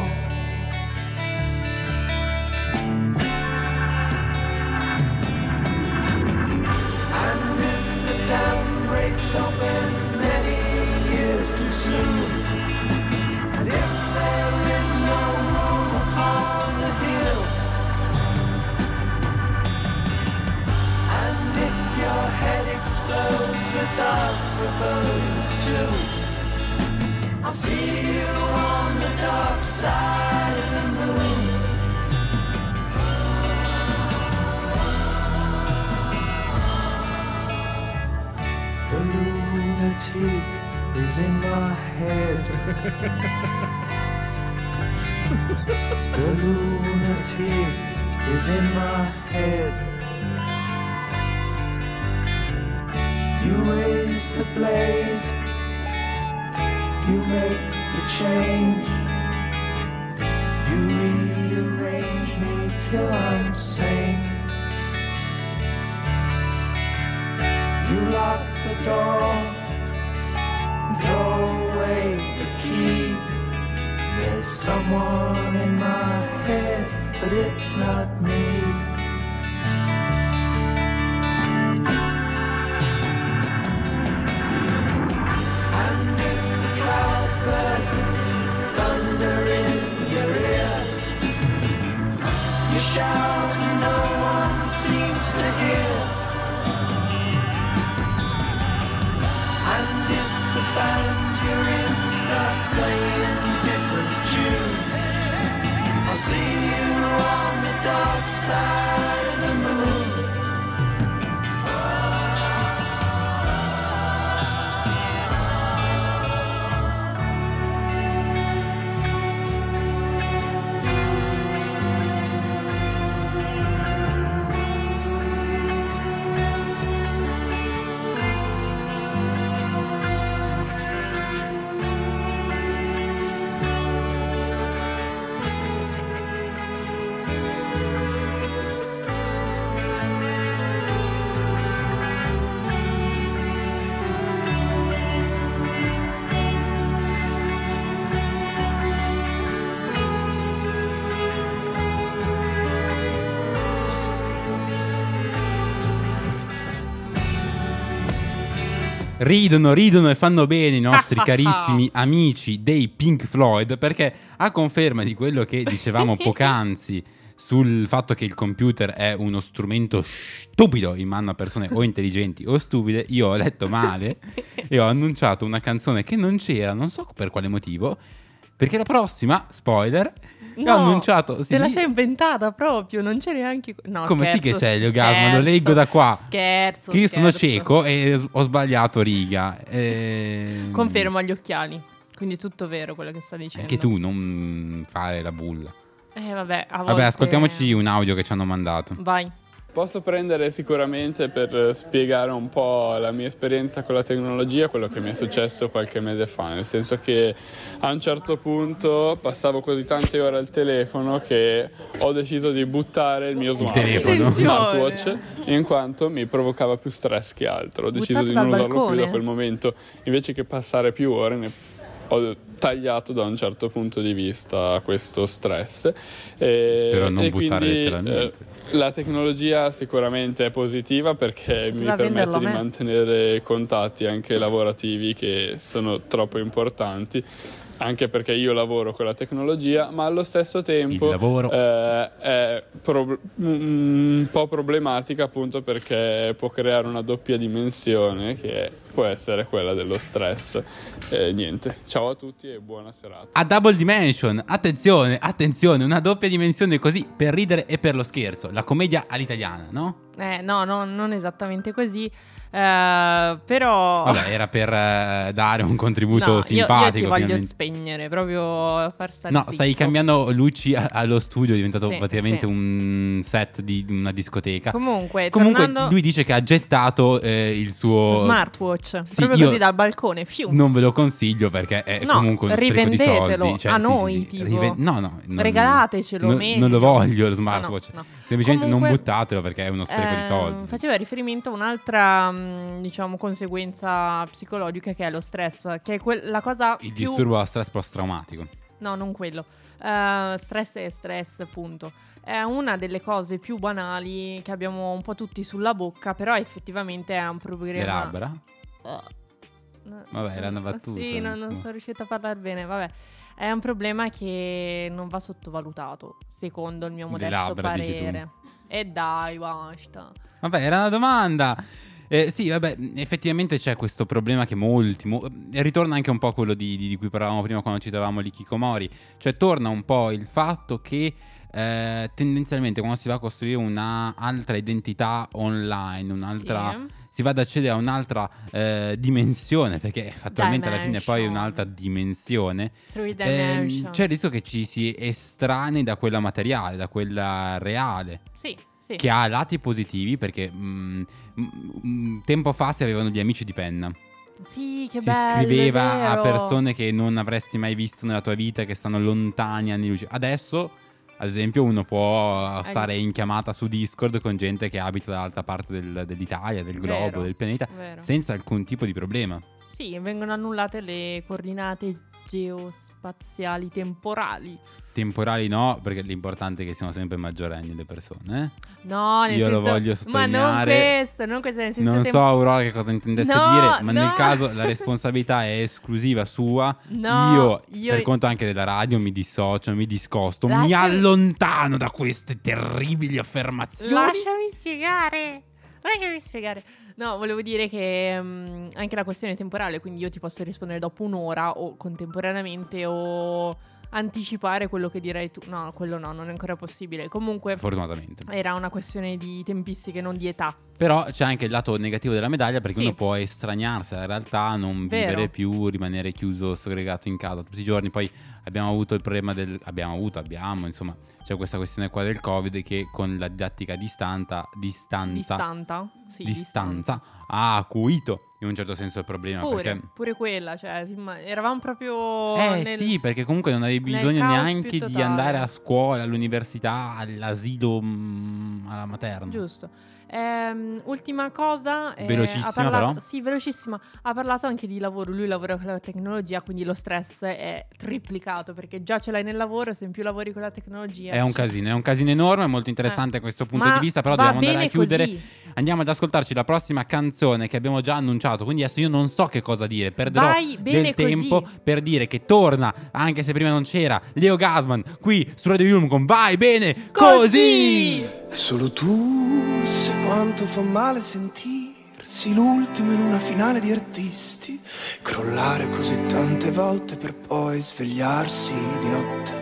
[SPEAKER 9] And if the dam breaks open many years too soon, and if there is no room upon the hill, and if your head explodes without proposed too, I'll see you on the dark side of the moon. The lunatic is in my head. The lunatic is in my head. You raise the blade, you make the change, you rearrange me till I'm sane. You lock the door and throw away the key. There's someone in my head, but it's not me. And if the cloud bursts, thunder in your ear, you shout and no one seems to hear. And if the band you're in starts playing different tunes, I'll see you on the dark side of the moon.
[SPEAKER 2] Ridono, ridono e fanno bene i nostri carissimi amici dei Pink Floyd, perché a conferma di quello che dicevamo poc'anzi sul fatto che il computer è uno strumento stupido in mano a persone o intelligenti o stupide, io ho letto male e ho annunciato una canzone che non c'era, non so per quale motivo, perché la prossima, spoiler,
[SPEAKER 1] no,
[SPEAKER 2] ho annunciato... Sì,
[SPEAKER 1] te la sei inventata proprio, non c'è neanche... No,
[SPEAKER 2] come
[SPEAKER 1] scherzo,
[SPEAKER 2] sì che c'è l'orgasmo, lo leggo da qua.
[SPEAKER 1] Scherzo,
[SPEAKER 2] che io
[SPEAKER 1] scherzo.
[SPEAKER 2] sono cieco e ho sbagliato riga. E...
[SPEAKER 1] Confermo agli occhiali, quindi tutto vero quello che sta dicendo.
[SPEAKER 2] Anche tu, non fare la bulla.
[SPEAKER 1] Eh vabbè, a
[SPEAKER 2] Vabbè,
[SPEAKER 1] volte...
[SPEAKER 2] ascoltiamoci un audio che ci hanno mandato.
[SPEAKER 1] Vai.
[SPEAKER 11] Posso prendere sicuramente per spiegare un po' la mia esperienza con la tecnologia quello che mi è successo qualche mese fa, nel senso che a un certo punto passavo così tante ore al telefono che ho deciso di buttare il mio smartphone, smartwatch, in quanto mi provocava più stress che altro. Ho deciso
[SPEAKER 1] Buttato
[SPEAKER 11] di non
[SPEAKER 1] dal
[SPEAKER 11] usarlo
[SPEAKER 1] balcone?
[SPEAKER 11] più da quel momento, invece che passare più ore ne ho tagliato da un certo punto di vista questo stress. E,
[SPEAKER 2] Spero non
[SPEAKER 11] e
[SPEAKER 2] buttare
[SPEAKER 11] quindi,
[SPEAKER 2] letteralmente.
[SPEAKER 11] eh, la tecnologia sicuramente è positiva perché mi
[SPEAKER 1] Poteva venderlo
[SPEAKER 11] permette
[SPEAKER 1] a
[SPEAKER 11] di
[SPEAKER 1] me.
[SPEAKER 11] mantenere contatti anche lavorativi che sono troppo importanti, anche perché io lavoro con la tecnologia, ma allo stesso tempo
[SPEAKER 2] Il lavoro.
[SPEAKER 11] eh, è pro- un po' problematica appunto perché può creare una doppia dimensione che è può essere quella dello stress. E niente, ciao a tutti e buona serata.
[SPEAKER 2] A Double Dimension, attenzione, attenzione, una doppia dimensione così, per ridere e per lo scherzo, la commedia all'italiana, no?
[SPEAKER 1] Eh, no, no, non esattamente così. Uh, però
[SPEAKER 2] vabbè, era per uh, dare un contributo
[SPEAKER 1] no,
[SPEAKER 2] simpatico.
[SPEAKER 1] Io, io ti voglio
[SPEAKER 2] finalmente.
[SPEAKER 1] spegnere, proprio far stare
[SPEAKER 2] No,
[SPEAKER 1] zitto.
[SPEAKER 2] stai cambiando luci a- allo studio, è diventato
[SPEAKER 1] Sì,
[SPEAKER 2] praticamente
[SPEAKER 1] sì.
[SPEAKER 2] un set di una discoteca.
[SPEAKER 1] Comunque,
[SPEAKER 2] Comunque
[SPEAKER 1] tornando...
[SPEAKER 2] lui dice che ha gettato eh, il suo
[SPEAKER 1] smartwatch,
[SPEAKER 2] Sì,
[SPEAKER 1] proprio
[SPEAKER 2] io
[SPEAKER 1] così dal balcone. Fiu.
[SPEAKER 2] Non ve lo consiglio perché è
[SPEAKER 1] No,
[SPEAKER 2] comunque uno spreco di
[SPEAKER 1] rivendetelo
[SPEAKER 2] soldi. Cioè,
[SPEAKER 1] a
[SPEAKER 2] sì,
[SPEAKER 1] noi,
[SPEAKER 2] sì, sì.
[SPEAKER 1] tipo.
[SPEAKER 2] Riven- no, no, non-
[SPEAKER 1] Regalatecelo,
[SPEAKER 2] non,
[SPEAKER 1] meglio.
[SPEAKER 2] non lo voglio lo smartwatch.
[SPEAKER 1] No, no, no.
[SPEAKER 2] Semplicemente
[SPEAKER 1] Comunque,
[SPEAKER 2] non buttatelo perché è uno spreco di
[SPEAKER 1] Eh,
[SPEAKER 2] soldi.
[SPEAKER 1] Faceva riferimento a un'altra, mh, diciamo, conseguenza psicologica che è lo stress, che è que- la cosa
[SPEAKER 2] Il
[SPEAKER 1] più...
[SPEAKER 2] disturbo a stress post-traumatico.
[SPEAKER 1] No, non quello. Eh, stress è stress, punto. È una delle cose più banali che abbiamo un po' tutti sulla bocca, però effettivamente è un problema...
[SPEAKER 2] Le labbra?
[SPEAKER 1] Uh,
[SPEAKER 2] Vabbè, era una battuta.
[SPEAKER 1] Sì, no, non sono riuscita a parlare bene, vabbè. È un problema che non va sottovalutato, secondo il mio
[SPEAKER 2] Le
[SPEAKER 1] modesto
[SPEAKER 2] labbra, dici tu.
[SPEAKER 1] parere. E dai, basta.
[SPEAKER 2] Vabbè, era una domanda. Eh, sì, vabbè, effettivamente c'è questo problema che molti, mo- e ritorna anche un po' quello di, di, di cui parlavamo prima quando citavamo l'Hikikomori, cioè torna un po' il fatto che eh, tendenzialmente quando si va a costruire una altra identità online, un'altra...
[SPEAKER 1] Sì.
[SPEAKER 2] Si va ad accedere a un'altra eh, dimensione, perché fattualmente alla fine poi è
[SPEAKER 1] Dimension.
[SPEAKER 2] un'altra dimensione.
[SPEAKER 1] Three
[SPEAKER 2] Ehm,
[SPEAKER 1] dimension.
[SPEAKER 2] c'è il rischio che ci si estranei da quella materiale, da quella reale.
[SPEAKER 1] Sì, sì.
[SPEAKER 2] Che ha lati positivi perché mm, mm, mm, tempo fa si avevano gli amici di penna.
[SPEAKER 1] Sì, che
[SPEAKER 2] si
[SPEAKER 1] bello,
[SPEAKER 2] scriveva
[SPEAKER 1] è
[SPEAKER 2] a
[SPEAKER 1] vero.
[SPEAKER 2] persone che non avresti mai visto nella tua vita, che stanno lontani anni luce. Adesso, ad esempio, uno può stare in chiamata su Discord con gente che abita dall'altra parte del- dell'Italia, del globo,
[SPEAKER 1] Vero,
[SPEAKER 2] del pianeta,
[SPEAKER 1] vero.
[SPEAKER 2] senza alcun tipo di problema.
[SPEAKER 1] Sì, vengono annullate le coordinate geospaziali temporali.
[SPEAKER 2] Temporali no, perché l'importante è che siano sempre maggiorenni le persone. eh.
[SPEAKER 1] No, nel
[SPEAKER 2] Io lo
[SPEAKER 1] senso-
[SPEAKER 2] voglio
[SPEAKER 1] Ma non
[SPEAKER 2] sottolineare.
[SPEAKER 1] questo, non questo, nel senso
[SPEAKER 2] Non
[SPEAKER 1] tem-
[SPEAKER 2] so Aurora che cosa intendesse
[SPEAKER 1] No,
[SPEAKER 2] dire, ma
[SPEAKER 1] no.
[SPEAKER 2] nel caso la responsabilità è esclusiva sua.
[SPEAKER 1] No,
[SPEAKER 2] io,
[SPEAKER 1] io-
[SPEAKER 2] per conto anche della radio, mi dissocio, mi discosto, mi
[SPEAKER 1] Lasciami-
[SPEAKER 2] allontano da queste terribili affermazioni.
[SPEAKER 1] Lasciami spiegare. Lasciami spiegare. No, volevo dire che mm, anche la questione temporale, quindi io ti posso rispondere dopo un'ora o contemporaneamente o anticipare quello che direi tu. No, quello no, non è ancora possibile. Comunque
[SPEAKER 2] Fortunatamente.
[SPEAKER 1] era una questione di tempistiche, non di età.
[SPEAKER 2] Però c'è anche il lato negativo della medaglia, perché
[SPEAKER 1] Sì.
[SPEAKER 2] uno può estraniarsi alla realtà, non
[SPEAKER 1] Vero.
[SPEAKER 2] vivere più, rimanere chiuso, segregato in casa tutti i giorni. Poi abbiamo avuto il problema del... abbiamo avuto, abbiamo, insomma, c'è questa questione qua del Covid che con la didattica a distanza, distanza,
[SPEAKER 1] Distanta? Sì,
[SPEAKER 2] distanza ha acuito in un certo senso il problema.
[SPEAKER 1] Pure,
[SPEAKER 2] perché...
[SPEAKER 1] pure quella, cioè, imma- eravamo proprio
[SPEAKER 2] Eh
[SPEAKER 1] nel-
[SPEAKER 2] sì, perché comunque non avevi
[SPEAKER 1] nel
[SPEAKER 2] bisogno
[SPEAKER 1] caos
[SPEAKER 2] neanche
[SPEAKER 1] più
[SPEAKER 2] di
[SPEAKER 1] totale.
[SPEAKER 2] andare a scuola, all'università, all'asilo, mm, alla materna.
[SPEAKER 1] Giusto. Ehm, ultima cosa, eh,
[SPEAKER 2] Velocissima,
[SPEAKER 1] ha parlato,
[SPEAKER 2] però.
[SPEAKER 1] Sì, velocissima. Ha parlato anche di lavoro. Lui lavora con la tecnologia, quindi lo stress è triplicato perché già ce l'hai nel lavoro. Se in più lavori con la tecnologia,
[SPEAKER 2] È un
[SPEAKER 1] cioè-
[SPEAKER 2] casino, è un casino enorme, è molto interessante
[SPEAKER 1] Eh.
[SPEAKER 2] questo punto
[SPEAKER 1] Ma
[SPEAKER 2] di vista, però
[SPEAKER 1] va
[SPEAKER 2] dobbiamo andare a
[SPEAKER 1] bene
[SPEAKER 2] chiudere.
[SPEAKER 1] così.
[SPEAKER 2] Andiamo ad ascoltarci la prossima canzone che abbiamo già annunciato, quindi adesso io non so che cosa dire, perderò
[SPEAKER 1] Vai bene
[SPEAKER 2] del
[SPEAKER 1] così.
[SPEAKER 2] tempo per dire che torna, anche se prima non c'era, Leo Gasman qui su Radio Yulm con Vai bene così!
[SPEAKER 12] Solo tu sai quanto fa male sentirsi l'ultimo in una finale di artisti, crollare così tante volte per poi svegliarsi di notte,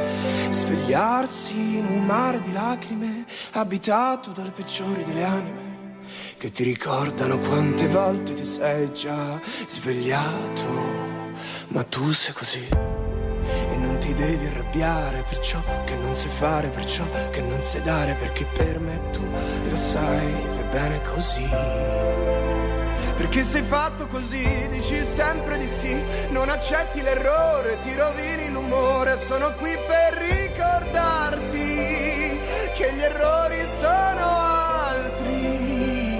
[SPEAKER 12] svegliarsi in un mare di lacrime abitato dalle peggiori delle anime che ti ricordano quante volte ti sei già svegliato, ma tu sei così. E non ti devi arrabbiare per ciò che non sai fare, per ciò che non sai dare, perché per me tu lo sai, va bene così. Perché sei fatto così, dici sempre di sì, non accetti l'errore, ti rovini l'umore. Sono qui per ricordarti che gli errori sono altri.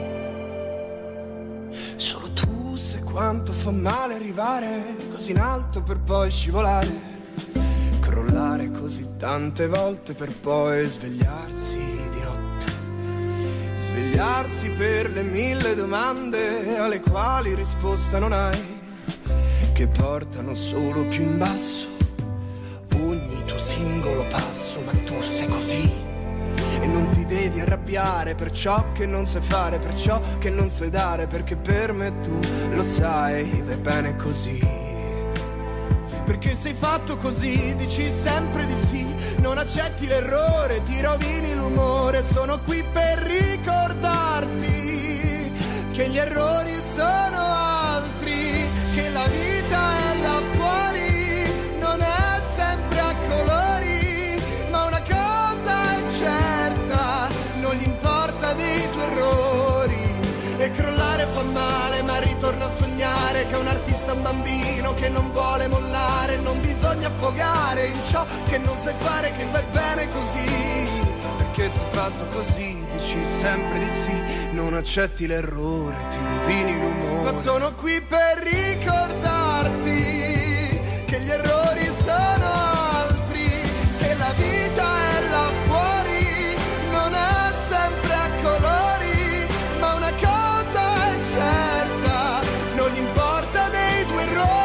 [SPEAKER 12] Solo tu sai quanto fa male arrivare così in alto per poi scivolare, crollare così tante volte per poi svegliarsi di notte, svegliarsi per le mille domande alle quali risposta non hai, che portano solo più in basso ogni tuo singolo passo, ma tu sei così e non ti devi arrabbiare per ciò che non sai fare, per ciò che non sai dare, perché per me tu lo sai, va bene così. Perché sei fatto così, dici sempre di sì, non accetti l'errore, ti rovini l'umore. Sono qui per ricordarti che gli errori sono altri, che la vita è là fuori, non è sempre a colori, ma una cosa è certa, non gli importa dei tuoi errori. E crollare fa male, ma ritorna a sognare che un artista è un bambino che non vuole mollare. Non bisogna affogare in ciò che non sai fare, che vai bene così. Perché sei fatto così, dici sempre di sì, non accetti l'errore, ti rovini l'umore. Ma sono qui per ricordarti che gli errori sono altri, che la vita è là fuori, non è sempre a colori, ma una cosa è certa, non gli importa dei tuoi errori.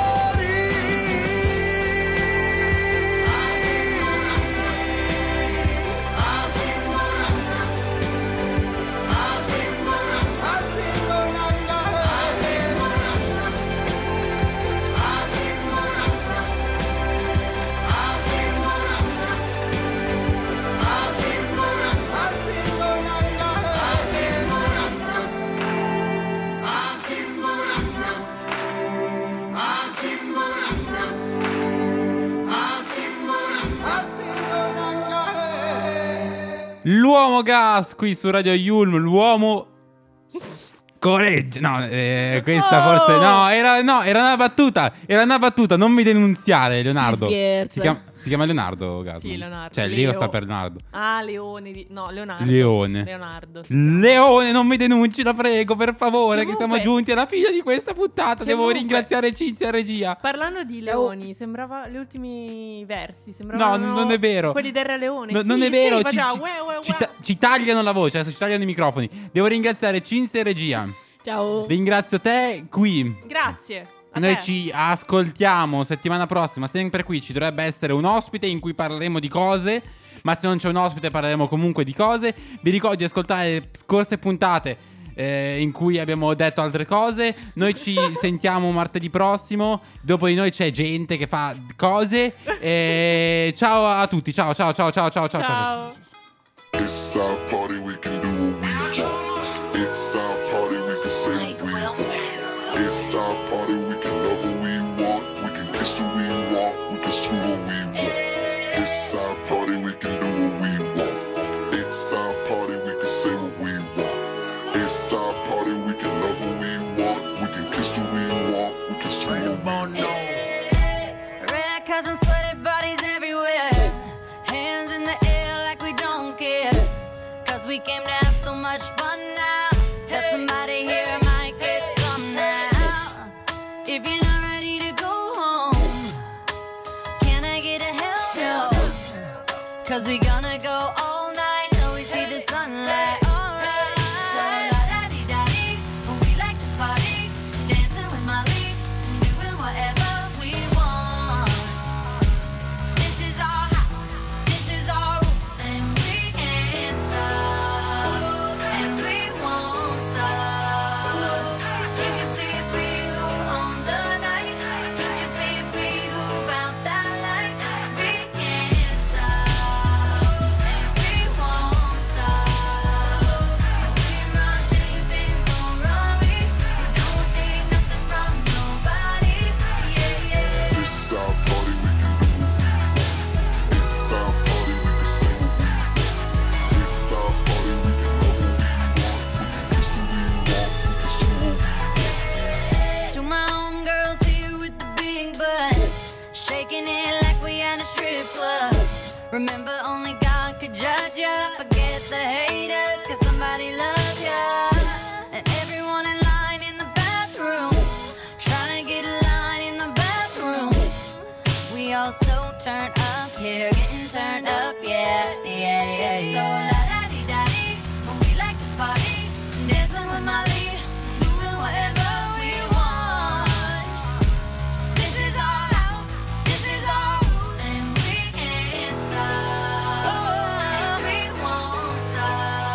[SPEAKER 2] L'uomo gas qui su Radio Yulm, l'uomo scoreggia. No, eh, questa
[SPEAKER 1] Oh!
[SPEAKER 2] forse no, era no, era una battuta, era una battuta, non mi denunziare, Leonardo.
[SPEAKER 3] Si scherza.
[SPEAKER 2] Si chiama, si chiama Leonardo Gasman.
[SPEAKER 1] Sì, Leonardo.
[SPEAKER 2] Cioè,
[SPEAKER 1] Leo.
[SPEAKER 2] Leo sta per Leonardo.
[SPEAKER 1] Ah, Leone. Di... No, Leonardo.
[SPEAKER 2] Leone.
[SPEAKER 1] Leonardo. sì.
[SPEAKER 2] Leone, non mi denunci, la prego, per favore, che
[SPEAKER 1] Comunque-
[SPEAKER 2] siamo giunti alla fine di questa puntata. Devo
[SPEAKER 1] Comunque-
[SPEAKER 2] ringraziare Cinzia regia.
[SPEAKER 1] Parlando di leoni, sembrava gli ultimi versi. Sembravano
[SPEAKER 2] No, non è vero.
[SPEAKER 1] Quelli del Re Leone.
[SPEAKER 2] No,
[SPEAKER 1] Sì,
[SPEAKER 2] non è
[SPEAKER 1] sì,
[SPEAKER 2] vero, ci,
[SPEAKER 1] faceva
[SPEAKER 2] ci-
[SPEAKER 1] ue, ue,
[SPEAKER 2] ci
[SPEAKER 1] ue.
[SPEAKER 2] ta- ci tagliano la voce, adesso ci tagliano i microfoni. Devo ringraziare Cinzia e regia.
[SPEAKER 3] Ciao.
[SPEAKER 2] Ringrazio te qui.
[SPEAKER 1] Grazie. A
[SPEAKER 2] Noi
[SPEAKER 1] te.
[SPEAKER 2] ci ascoltiamo settimana prossima, sempre qui. Ci dovrebbe essere un ospite in cui parleremo di cose, ma se non c'è un ospite parleremo comunque di cose. Vi ricordo di ascoltare scorse puntate eh, in cui abbiamo detto altre cose. Noi ci sentiamo martedì prossimo. Dopo di noi c'è gente che fa cose. E ciao a tutti. Ciao ciao ciao ciao ciao ciao ciao.
[SPEAKER 13] It's our party, we can do what we want. It's our party, we can say what we want. It's our party, we can love what we want. We can kiss who we want, we can screw what we want. It's our party, we can do what we want. It's our party, we can say what we want. It's our party, we can love what we want. We can kiss who we want, we can screw what we want.
[SPEAKER 7] Red cups and sweaty bodies everywhere. Hands in the air like we don't care. Cause we came to have so much fun now. Help somebody here might get some now. If you're not ready to go home, can I get a hell no? Cause we gonna go all night till we see the sunlight. Alright. So la-da-dee-da-dee, we like to party. Dancing with Molly, doing whatever we want. This is our house, this is our rules, and we can't stop, and we won't stop. Can't you see it's we who own the night? Can't you see it's we who found that light? We can't stop, and we won't stop. We run things, things gon' run we. We don't take nothing from nobody. Yeah, yeah.
[SPEAKER 13] It's our party, we can do what we want. It's our party, we can say what we want. It's our party, we can love what we want. We can kiss who we want, we can screw what we want.
[SPEAKER 7] To my homegirls here with the big butt, shaking it like we at a strip club. Remember, only God could judge ya. Forget the haters, cause somebody loves ya. And everyone in line in the bathroom, trying to get a line in the bathroom. We all so turned up here, getting turned up, yeah, yeah, yeah, yeah. So la-da-dee-da-dee, we like to party, dancing with Molly, doing whatever we want. This is our house, this is our rules, and we can't stop, and we won't stop.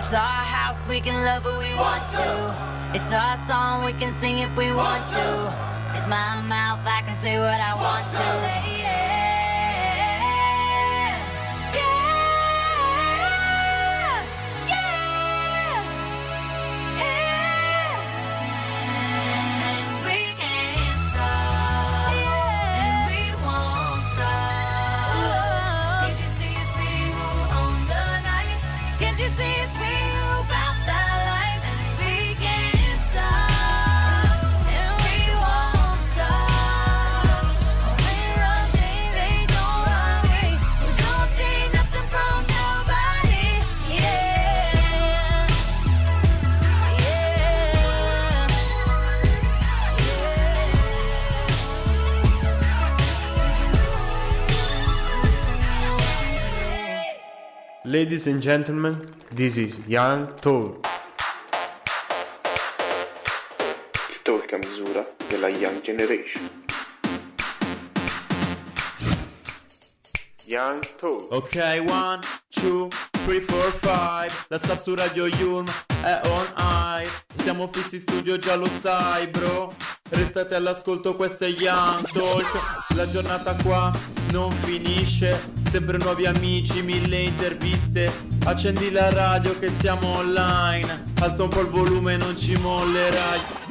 [SPEAKER 7] It's our house, we can love who we want to. It's our song, we can sing if we want to. It's my mouth, I can say what I want to. Say yeah.
[SPEAKER 4] Ladies and gentlemen, this is Young Talk.
[SPEAKER 5] Il talk a misura della Young Generation. Young Talk.
[SPEAKER 6] Ok, one, two, three, four, five. La sub su Radio Yulm è on air. Siamo fissi in studio, già lo sai, bro. Restate all'ascolto, questo è Young Talk. La giornata qua non finisce. Sempre nuovi amici, mille interviste. Accendi la radio che siamo online. Alza un po' il volume, non ci mollerai.